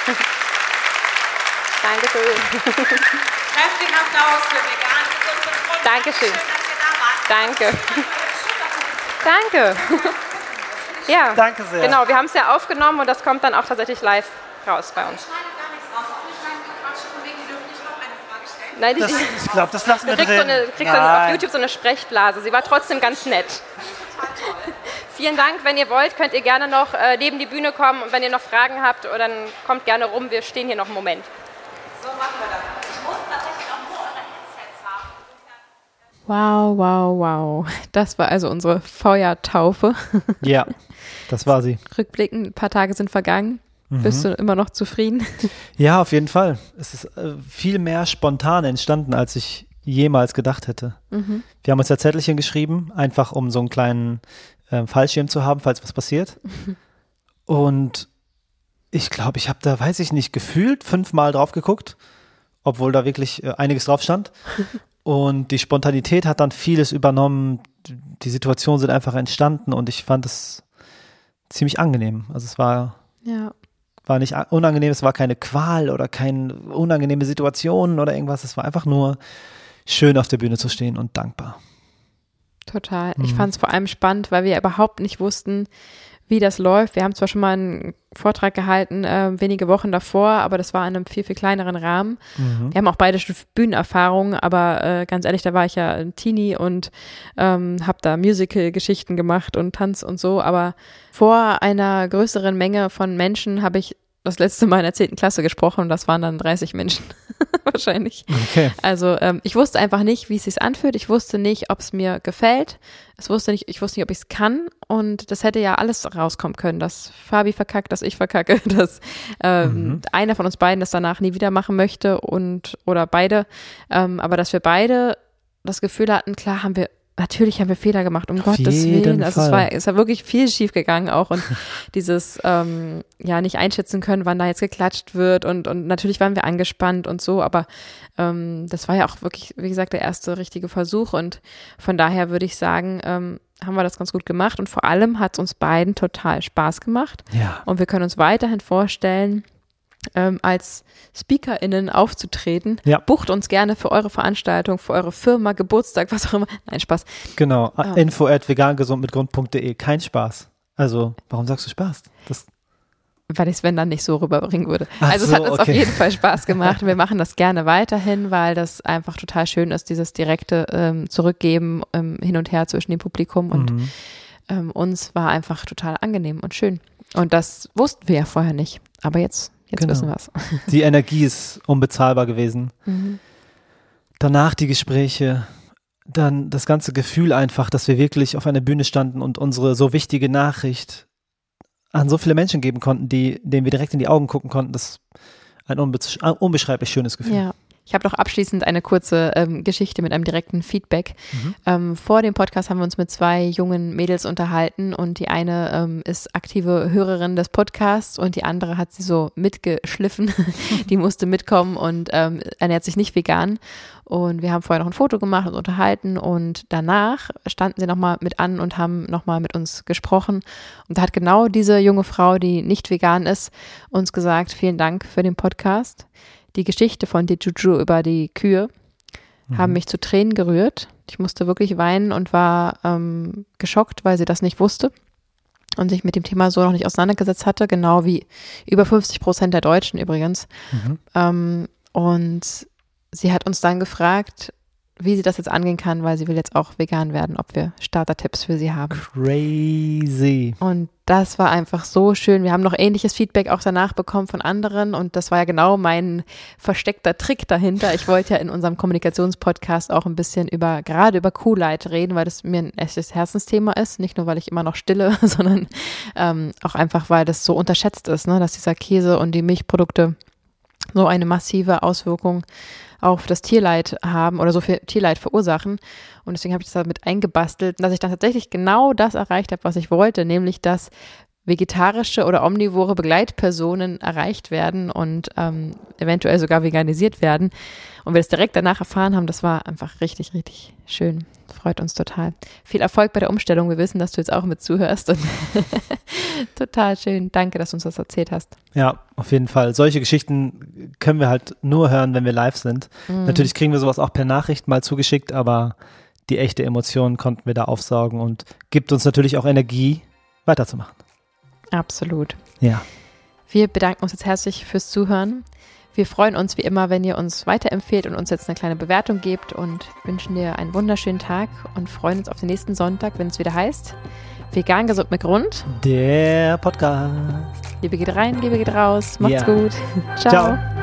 Dankeschön. Kräftigen Applaus für vegan. Dankeschön. Schön, dass ihr da wart. Danke. Danke. Ja. Danke sehr. Genau, wir haben es ja aufgenommen und das kommt dann auch tatsächlich live raus bei uns. Ich schneide gar nichts raus. Auch nicht meinen Quatsch, von wegen, die dürfen nicht noch eine Frage stellen. Nein, die, Das, ich glaube, das lassen wir du kriegst, drin. so eine, kriegst dann auf YouTube so eine Sprechblase. Sie war trotzdem ganz nett. Total toll. Vielen Dank. Wenn ihr wollt, könnt ihr gerne noch äh, neben die Bühne kommen und wenn ihr noch Fragen habt, oder dann kommt gerne rum. Wir stehen hier noch einen Moment. So machen wir das. Ich muss tatsächlich auch nur eure Headsets haben. Wow, wow, wow. Das war also unsere Feuertaufe. Ja, das war sie. Rückblickend, ein paar Tage sind vergangen. Mhm. Bist du immer noch zufrieden? Ja, auf jeden Fall. Es ist äh, viel mehr spontan entstanden, als ich jemals gedacht hätte. Mhm. Wir haben uns ja Zettelchen geschrieben, einfach um so einen kleinen äh, Fallschirm zu haben, falls was passiert. Mhm. Und ich glaube, ich habe da, weiß ich nicht, gefühlt fünfmal drauf geguckt, obwohl da wirklich äh, einiges drauf stand. Und die Spontanität hat dann vieles übernommen. Die Situationen sind einfach entstanden und ich fand es ziemlich angenehm. Also es war, ja. war nicht unangenehm, es war keine Qual oder keine unangenehme Situation oder irgendwas. Es war einfach nur schön auf der Bühne zu stehen und dankbar. Total. Mhm. Ich fand es vor allem spannend, weil wir überhaupt nicht wussten, wie das läuft. Wir haben zwar schon mal einen Vortrag gehalten, äh, wenige Wochen davor, aber das war in einem viel, viel kleineren Rahmen. Mhm. Wir haben auch beide schon Bühnenerfahrungen, aber äh, ganz ehrlich, da war ich ja ein Teenie und ähm, habe da Musical-Geschichten gemacht und Tanz und so, aber vor einer größeren Menge von Menschen habe ich das letzte Mal in der zehnten Klasse gesprochen und das waren dann dreißig Menschen wahrscheinlich. Okay. Also ähm, ich wusste einfach nicht, wie es sich anfühlt. Ich wusste nicht, ob es mir gefällt. Es wusste nicht, ich wusste nicht, ob ich es kann. Und das hätte ja alles rauskommen können, dass Fabi verkackt, dass ich verkacke, dass ähm, mhm. einer von uns beiden das danach nie wieder machen möchte und oder beide. Ähm, aber dass wir beide das Gefühl hatten, klar haben wir Natürlich haben wir Fehler gemacht, um Auf Gottes Willen. Also Fall. es war, es war wirklich viel schief gegangen auch und dieses ähm, ja nicht einschätzen können, wann da jetzt geklatscht wird und und natürlich waren wir angespannt und so, aber ähm, das war ja auch wirklich, wie gesagt, der erste richtige Versuch und von daher würde ich sagen, ähm, haben wir das ganz gut gemacht und vor allem hat es uns beiden total Spaß gemacht Ja. und wir können uns weiterhin vorstellen, Ähm, als SpeakerInnen aufzutreten. Ja. Bucht uns gerne für eure Veranstaltung, für eure Firma, Geburtstag, was auch immer. Nein, Spaß. Genau, Ah. info at vegangesund mit grund punkt de. Kein Spaß. Also, warum sagst du Spaß? Das Weil ich Sven dann nicht so rüberbringen würde. Ach also so, es hat uns okay. auf jeden Fall Spaß gemacht. Wir machen das gerne weiterhin, weil das einfach total schön ist, dieses direkte ähm, Zurückgeben ähm, hin und her zwischen dem Publikum und Mhm. ähm, uns war einfach total angenehm und schön. Und das wussten wir ja vorher nicht. Aber jetzt Jetzt Genau. wissen wir es. Die Energie ist unbezahlbar gewesen. Mhm. Danach die Gespräche, dann das ganze Gefühl einfach, dass wir wirklich auf einer Bühne standen und unsere so wichtige Nachricht an so viele Menschen geben konnten, die, denen wir direkt in die Augen gucken konnten, das ist ein unbe- unbeschreiblich schönes Gefühl. Ja. Ich habe noch abschließend eine kurze ähm, Geschichte mit einem direkten Feedback. Mhm. Ähm, vor dem Podcast haben wir uns mit zwei jungen Mädels unterhalten und die eine ähm, ist aktive Hörerin des Podcasts und die andere hat sie so mitgeschliffen. Die musste mitkommen und ähm, ernährt sich nicht vegan. Und wir haben vorher noch ein Foto gemacht und unterhalten und danach standen sie nochmal mit an und haben nochmal mit uns gesprochen. Und da hat genau diese junge Frau, die nicht vegan ist, uns gesagt, vielen Dank für den Podcast. Die Geschichte von Dijuju über die Kühe mhm. haben mich zu Tränen gerührt. Ich musste wirklich weinen und war ähm, geschockt, weil sie das nicht wusste und sich mit dem Thema so noch nicht auseinandergesetzt hatte, genau wie über fünfzig Prozent der Deutschen übrigens. Mhm. Ähm, und sie hat uns dann gefragt, wie sie das jetzt angehen kann, weil sie will jetzt auch vegan werden, ob wir Starter-Tipps für sie haben. Crazy. Und das war einfach so schön. Wir haben noch ähnliches Feedback auch danach bekommen von anderen und das war ja genau mein versteckter Trick dahinter. Ich wollte ja in unserem Kommunikationspodcast auch ein bisschen über, gerade über Kuhleid reden, weil das mir ein echtes Herzensthema ist. Nicht nur, weil ich immer noch stille, sondern ähm, auch einfach, weil das so unterschätzt ist, ne? Dass dieser Käse und die Milchprodukte so eine massive Auswirkung auf das Tierleid haben oder so viel Tierleid verursachen. Und deswegen habe ich das damit eingebastelt, dass ich dann tatsächlich genau das erreicht habe, was ich wollte, nämlich dass vegetarische oder omnivore Begleitpersonen erreicht werden und ähm, eventuell sogar veganisiert werden. Und wir das direkt danach erfahren haben, das war einfach richtig, richtig schön. Freut uns total. Viel Erfolg bei der Umstellung. Wir wissen, dass du jetzt auch mit zuhörst und total schön. Danke, dass du uns das erzählt hast. Ja, auf jeden Fall. Solche Geschichten können wir halt nur hören, wenn wir live sind. Mhm. Natürlich kriegen wir sowas auch per Nachricht mal zugeschickt, aber die echte Emotion konnten wir da aufsaugen und gibt uns natürlich auch Energie, weiterzumachen. Absolut. Ja. Wir bedanken uns jetzt herzlich fürs Zuhören. Wir freuen uns wie immer, wenn ihr uns weiterempfehlt und uns jetzt eine kleine Bewertung gebt und wünschen dir einen wunderschönen Tag und freuen uns auf den nächsten Sonntag, wenn es wieder heißt Vegan gesund mit Grund. Der Podcast. Liebe geht rein, Liebe geht raus. Macht's ja. gut. Ciao. Ciao.